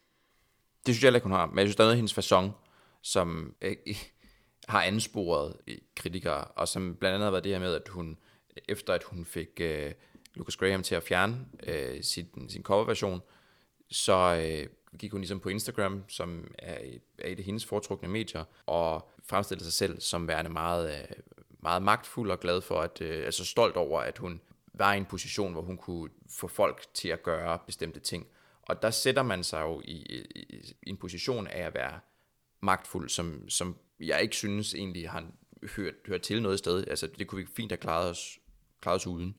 Det synes jeg heller ikke, hun har. Men jeg synes, der er noget af hendes facon, som øh, har ansporet kritikere, og som blandt andet har været det her med, at hun, efter at hun fik øh, Lucas Graham til at fjerne øh, sin, sin coverversion, så øh, gik hun ligesom på Instagram, som er, er et af hendes foretrukne medier, og fremstillede sig selv som værende meget, øh, meget magtfuld og glad for, at, øh, altså stolt over, at hun var i en position, hvor hun kunne få folk til at gøre bestemte ting. Og der sætter man sig jo i, i, i en position af at være magtfuld, som, som jeg ikke synes egentlig har hørt, hørt til noget sted. Altså, det kunne vi fint have klaret os, klaret os uden.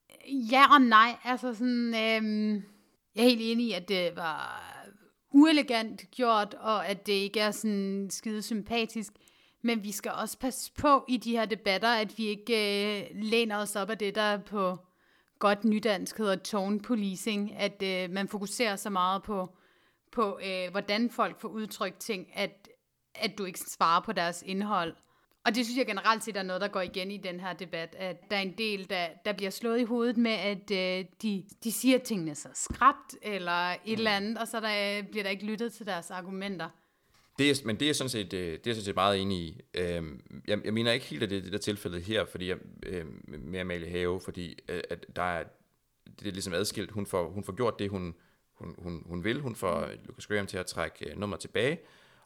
Ja og nej. Altså sådan, øhm, jeg er helt enig i, at det var uelegant gjort, og at det ikke er sådan skide sympatisk. Men vi skal også passe på i de her debatter, at vi ikke øh, læner os op af det, der på godt nydansk hedder tone policing, at øh, man fokuserer så meget på, på øh, hvordan folk får udtrykt ting, at, at du ikke svarer på deres indhold. Og det synes jeg generelt set er noget, der går igen i den her debat, at der er en del, der, der bliver slået i hovedet med, at øh, de, de siger tingene så skrapt, eller et eller andet, og så der, bliver der ikke lyttet til deres argumenter. Det er, men det er sådan set, det er sådan set meget enig i. Jeg, jeg mener ikke helt, at det er det der tilfælde her, fordi jeg, med Amalie Have, fordi at der er, det er ligesom adskilt. Hun får, hun får gjort det, hun, hun, hun, hun vil. Hun får Lucas Graham til at trække nummer tilbage,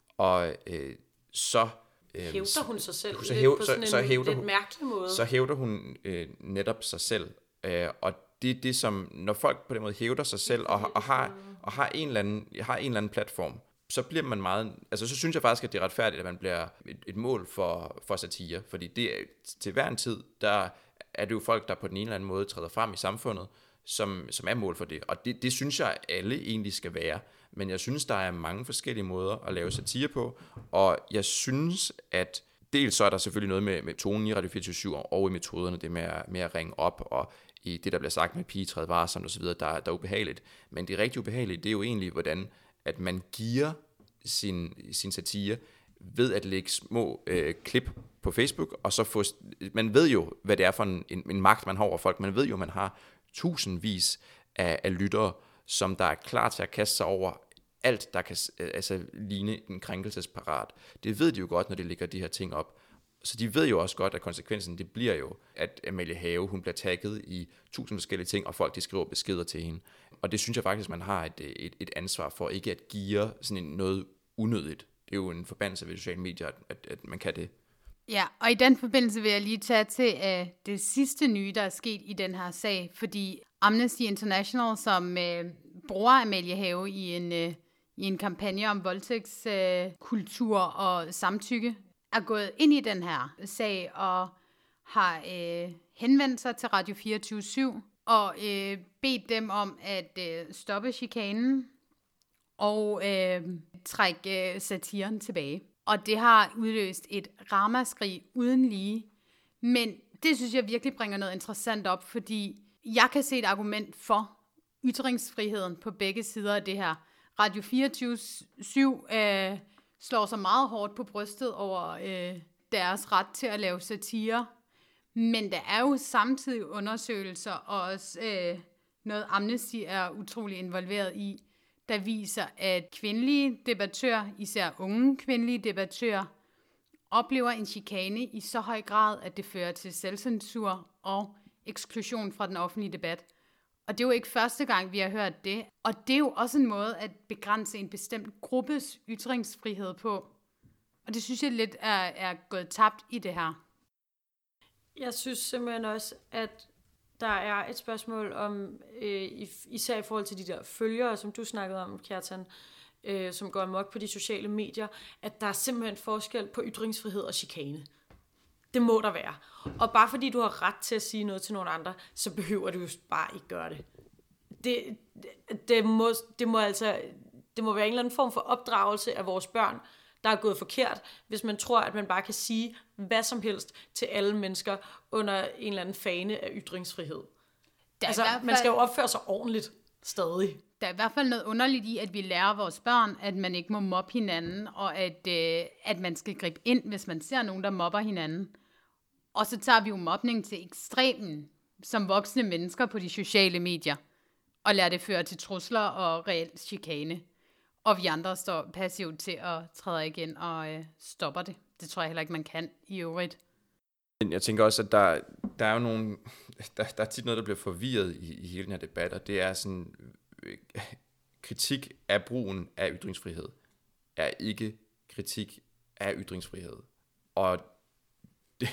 og øh, så... Øh, hævder hun sig selv så hæv, på så, sådan så en hævder lidt hun, mærkelig måde. Så hævder hun øh, netop sig selv. Øh, og det er det, som, når folk på den måde hævder sig selv, og, og, har, og har, en eller anden, har en eller anden platform, så bliver man meget, altså så synes jeg faktisk, at det er retfærdigt, at man bliver et, et mål for, for satire, fordi det er, til hver en tid, der er det jo folk, der på den ene eller anden måde træder frem i samfundet, som, som er mål for det, og det, det synes jeg, alle egentlig skal være, men jeg synes, der er mange forskellige måder at lave satire på, og jeg synes, at dels så er der selvfølgelig noget med, med tonen i Radio fireogtyve syv og i metoderne, det med at, med at ringe op, og i det, der bliver sagt med pigetræde varsomt og så videre, der, der er ubehageligt, men det rigtig ubehagelige, det er jo egentlig, hvordan at man giver sin, sin satire ved at lægge små øh, klip på Facebook, og så få, man ved jo, hvad det er for en, en, en magt, man har over folk. Man ved jo, man har tusindvis af, af lyttere, som der er klar til at kaste sig over alt, der kan altså, ligne en krænkelsesparat. Det ved de jo godt, når de lægger de her ting op. Så de ved jo også godt, at konsekvensen, det bliver jo, at Amalie Have, hun bliver tagget i tusind forskellige ting, og folk, de skriver beskeder til hende. Og det synes jeg faktisk, man har et, et, et ansvar for, ikke at give sådan en, noget unødigt. Det er jo en forbandelse ved sociale medier, at, at, at man kan det. Ja, og i den forbindelse vil jeg lige tage til uh, det sidste nye, der er sket i den her sag, fordi Amnesty International, som uh, bruger Amalie Have i en, uh, i en kampagne om voldtægtskultur uh, og samtykke, er gået ind i den her sag og har uh, henvendt sig til Radio fireogtyve syv og uh, bedt dem om at uh, stoppe chikanen og uh, trække uh, satiren tilbage. Og det har udløst et ramaskrig uden lige. Men det synes jeg virkelig bringer noget interessant op, fordi jeg kan se et argument for ytringsfriheden på begge sider af det her. Radio fireogtyve syv øh, slår sig meget hårdt på brystet over øh, deres ret til at lave satire. Men der er jo samtidig undersøgelser, og også øh, noget Amnesty er utrolig involveret i, der viser, at kvindelige debattører, især unge kvindelige debattører, oplever en chikane i så høj grad, at det fører til selvcensur og eksklusion fra den offentlige debat. Og det er jo ikke første gang, vi har hørt det. Og det er jo også en måde at begrænse en bestemt gruppes ytringsfrihed på. Og det synes jeg lidt er, er gået tabt i det her. Jeg synes simpelthen også, at der er et spørgsmål om, øh, især i forhold til de der følgere, som du snakkede om, Kjartan, øh, som går amok på de sociale medier, at der er simpelthen forskel på ytringsfrihed og chikane. Det må der være. Og bare fordi du har ret til at sige noget til nogle andre, så behøver du jo bare ikke gøre det. Det, det, det, må, det, må, altså, det må være en eller anden form for opdragelse af vores børn, der er gået forkert, hvis man tror, at man bare kan sige hvad som helst til alle mennesker under en eller anden fane af ytringsfrihed. Altså, fald, man skal jo opføre sig ordentligt stadig. Der er i hvert fald noget underligt i, at vi lærer vores børn, at man ikke må mobbe hinanden, og at, øh, at man skal gribe ind, hvis man ser nogen, der mobber hinanden. Og så tager vi jo mobning til ekstremen, som voksne mennesker på de sociale medier, og lader det føre til trusler og reelt chikane. Og vi andre står passivt til at træde igen og øh, stopper det. Det tror jeg heller ikke, man kan i øvrigt. Jeg tænker også, at der, der er jo nogle, der, der er tit noget, der bliver forvirret i, i hele den her debat, og det er sådan, øh, kritik af brugen af ytringsfrihed er ikke kritik af ytringsfrihed. Og det,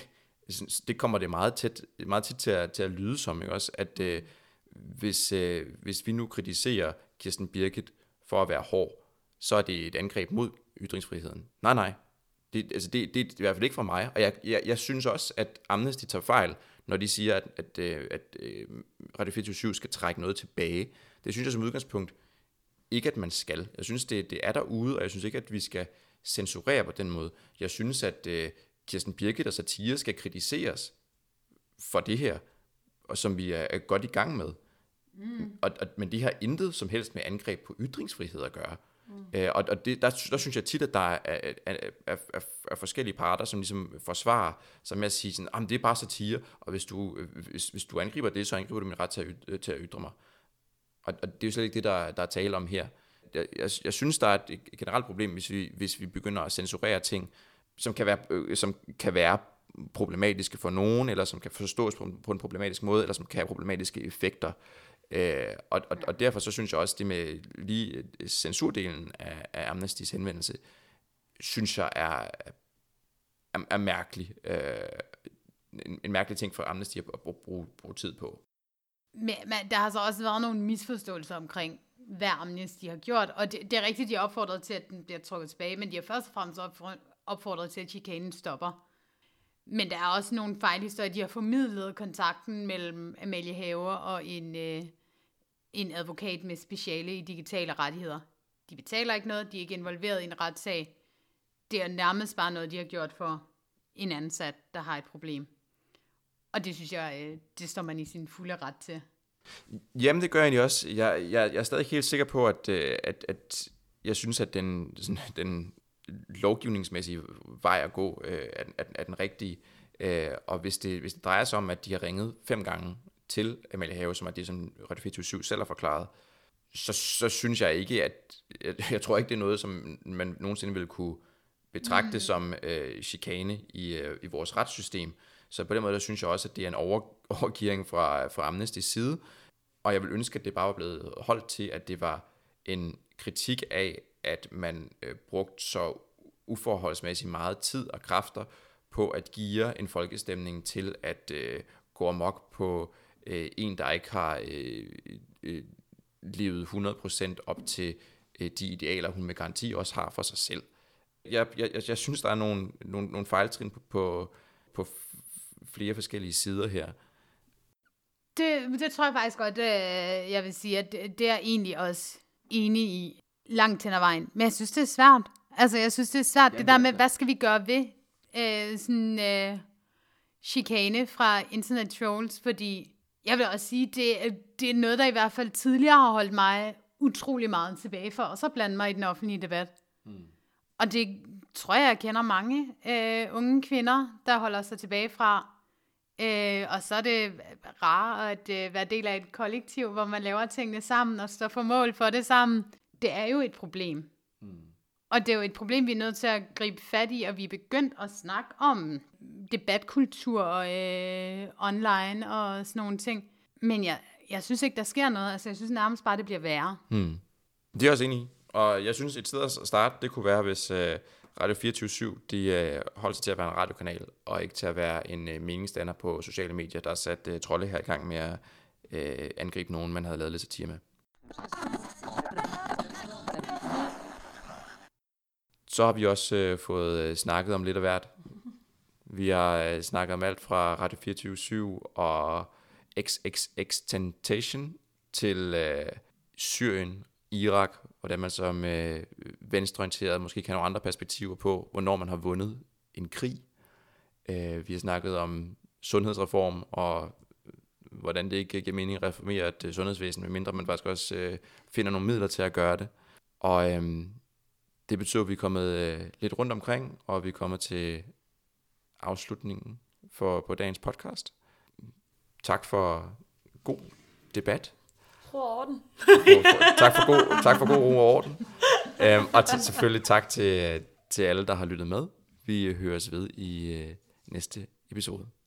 synes, det kommer det meget tæt, meget tit til at, til at lyde som, ikke også, at øh, hvis, øh, hvis vi nu kritiserer Kirsten Birgit for at være hård, så er det et angreb mod ytringsfriheden. Nej, nej. Det, altså det, det er i hvert fald ikke fra mig, og jeg, jeg, jeg synes også, at Amnesty tager fejl, når de siger, at, at, at, at Radio fireogtyve syv skal trække noget tilbage. Det synes jeg som udgangspunkt ikke, at man skal. Jeg synes, det, det er derude, og jeg synes ikke, at vi skal censurere på den måde. Jeg synes, at uh, Kirsten Birgit og satire skal kritiseres for det her, og som vi er, er godt i gang med. Mm. Og, og, men det har intet som helst med angreb på ytringsfrihed at gøre. Mm. Øh, og og det, der, der synes jeg tit, at der er, er, er, er, er, er forskellige parter, som ligesom forsvarer sig med at sige sådan, ah, det er bare satire, og hvis du, hvis, hvis du angriber det, så angriber du min ret til at, ytre, til at ytre mig. Og, og det er jo slet ikke det, der, der er tale om her. Jeg, jeg, jeg synes, der er et generelt problem, hvis vi, hvis vi begynder at censurere ting, som kan være, øh, som kan være problematiske for nogen, eller som kan forstås på, på en problematisk måde, eller som kan have problematiske effekter. Øh, og, og, og derfor så synes jeg også, det med lige censurdelen af, af Amnestys henvendelse, synes jeg er, er, er mærkelig. Øh, en, en mærkelig ting for Amnesty at, at bruge, bruge tid på. Men, men der har så også været nogle misforståelser omkring, hvad Amnesty har gjort, og det, det er rigtigt, de har opfordret til, at den bliver trukket tilbage, men de har først og fremmest opfordret til, at chikanen stopper. Men der er også nogle fejlhistorier. De har formidlet kontakten mellem Amalie Haver og en, øh, en advokat med speciale i digitale rettigheder. De betaler ikke noget, de er ikke involveret i en retssag. Det er nærmest bare noget, de har gjort for en ansat, der har et problem. Og det synes jeg, øh, det står man i sin fulde ret til. Jamen, det gør jeg egentlig også. Jeg, jeg, jeg er stadig helt sikker på, at, at, at jeg synes, at den, sådan, den lovgivningsmæssige vej at gå øh, er, er den rigtige. Øh, og hvis det, hvis det drejer sig om, at de har ringet fem gange til Amalie Have, som er det, som Radio fireogtyve syv selv har forklaret, så, så synes jeg ikke, at jeg, jeg tror ikke, det er noget, som man nogensinde ville kunne betragte mm. som øh, chikane i, øh, i vores retssystem. Så på den måde, der synes jeg også, at det er en over, overgearing fra, fra Amnestys side, og jeg vil ønske, at det bare var blevet holdt til, at det var en kritik af, at man øh, brugte så uforholdsmæssigt meget tid og kræfter på at geare en folkestemning til at øh, gå amok på øh, en, der ikke har øh, øh, levet hundrede procent op til øh, de idealer, hun med garanti også har for sig selv. Jeg, jeg, jeg synes, der er nogle, nogle, nogle fejltrin på, på, på flere forskellige sider her. Det, det tror jeg faktisk godt, jeg vil sige, at det, det er egentlig også enig i langt hen ad vejen. Men jeg synes, det er svært. Altså, jeg synes, det er svært. Ja, det der med, hvad skal vi gøre ved øh, sådan øh, chikane fra internet trolls? Fordi jeg vil også sige, det, det er noget, der i hvert fald tidligere har holdt mig utrolig meget tilbage for, og så blande mig i den offentlige debat. Hmm. Og det tror jeg, jeg kender mange øh, unge kvinder, der holder sig tilbage fra. Øh, og så er det rart at øh, være del af et kollektiv, hvor man laver tingene sammen og står for mål for det sammen. Det er jo et problem. Hmm. Og det er jo et problem, vi er nødt til at gribe fat i, og vi er begyndt at snakke om debatkultur øh, online og sådan nogle ting. Men jeg, jeg synes ikke, der sker noget. Altså, jeg synes nærmest bare, det bliver værre. Hmm. Det er jeg også enig i. Og jeg synes, et sted at starte, det kunne være, hvis øh, Radio fireogtyve syv, de øh, holdt sig til at være en radiokanal, og ikke til at være en øh, meningsdanner på sociale medier, der sat øh, trolde her i gang med at øh, angribe nogen, man havde lavet lidt satire med. Så har vi også øh, fået øh, snakket om lidt af hvert. Vi har øh, snakket om alt fra Radio fireogtyve syv og X X X Temptation til øh, Syrien, Irak, hvordan man som øh, venstreorienteret måske kan have nogle andre perspektiver på, hvornår man har vundet en krig. Øh, vi har snakket om sundhedsreform, og hvordan det ikke giver mening at reformere et øh, sundhedsvæsen, medmindre man faktisk også øh, finder nogle midler til at gøre det. Og øh, det betyder, at vi er kommet øh, lidt rundt omkring, og vi er kommet til afslutningen for, på dagens podcast. Tak for god debat. Ro og orden. tak for god, tak for god ro og orden. Um, og til, selvfølgelig tak til, til alle, der har lyttet med. Vi høres ved i uh, næste episode.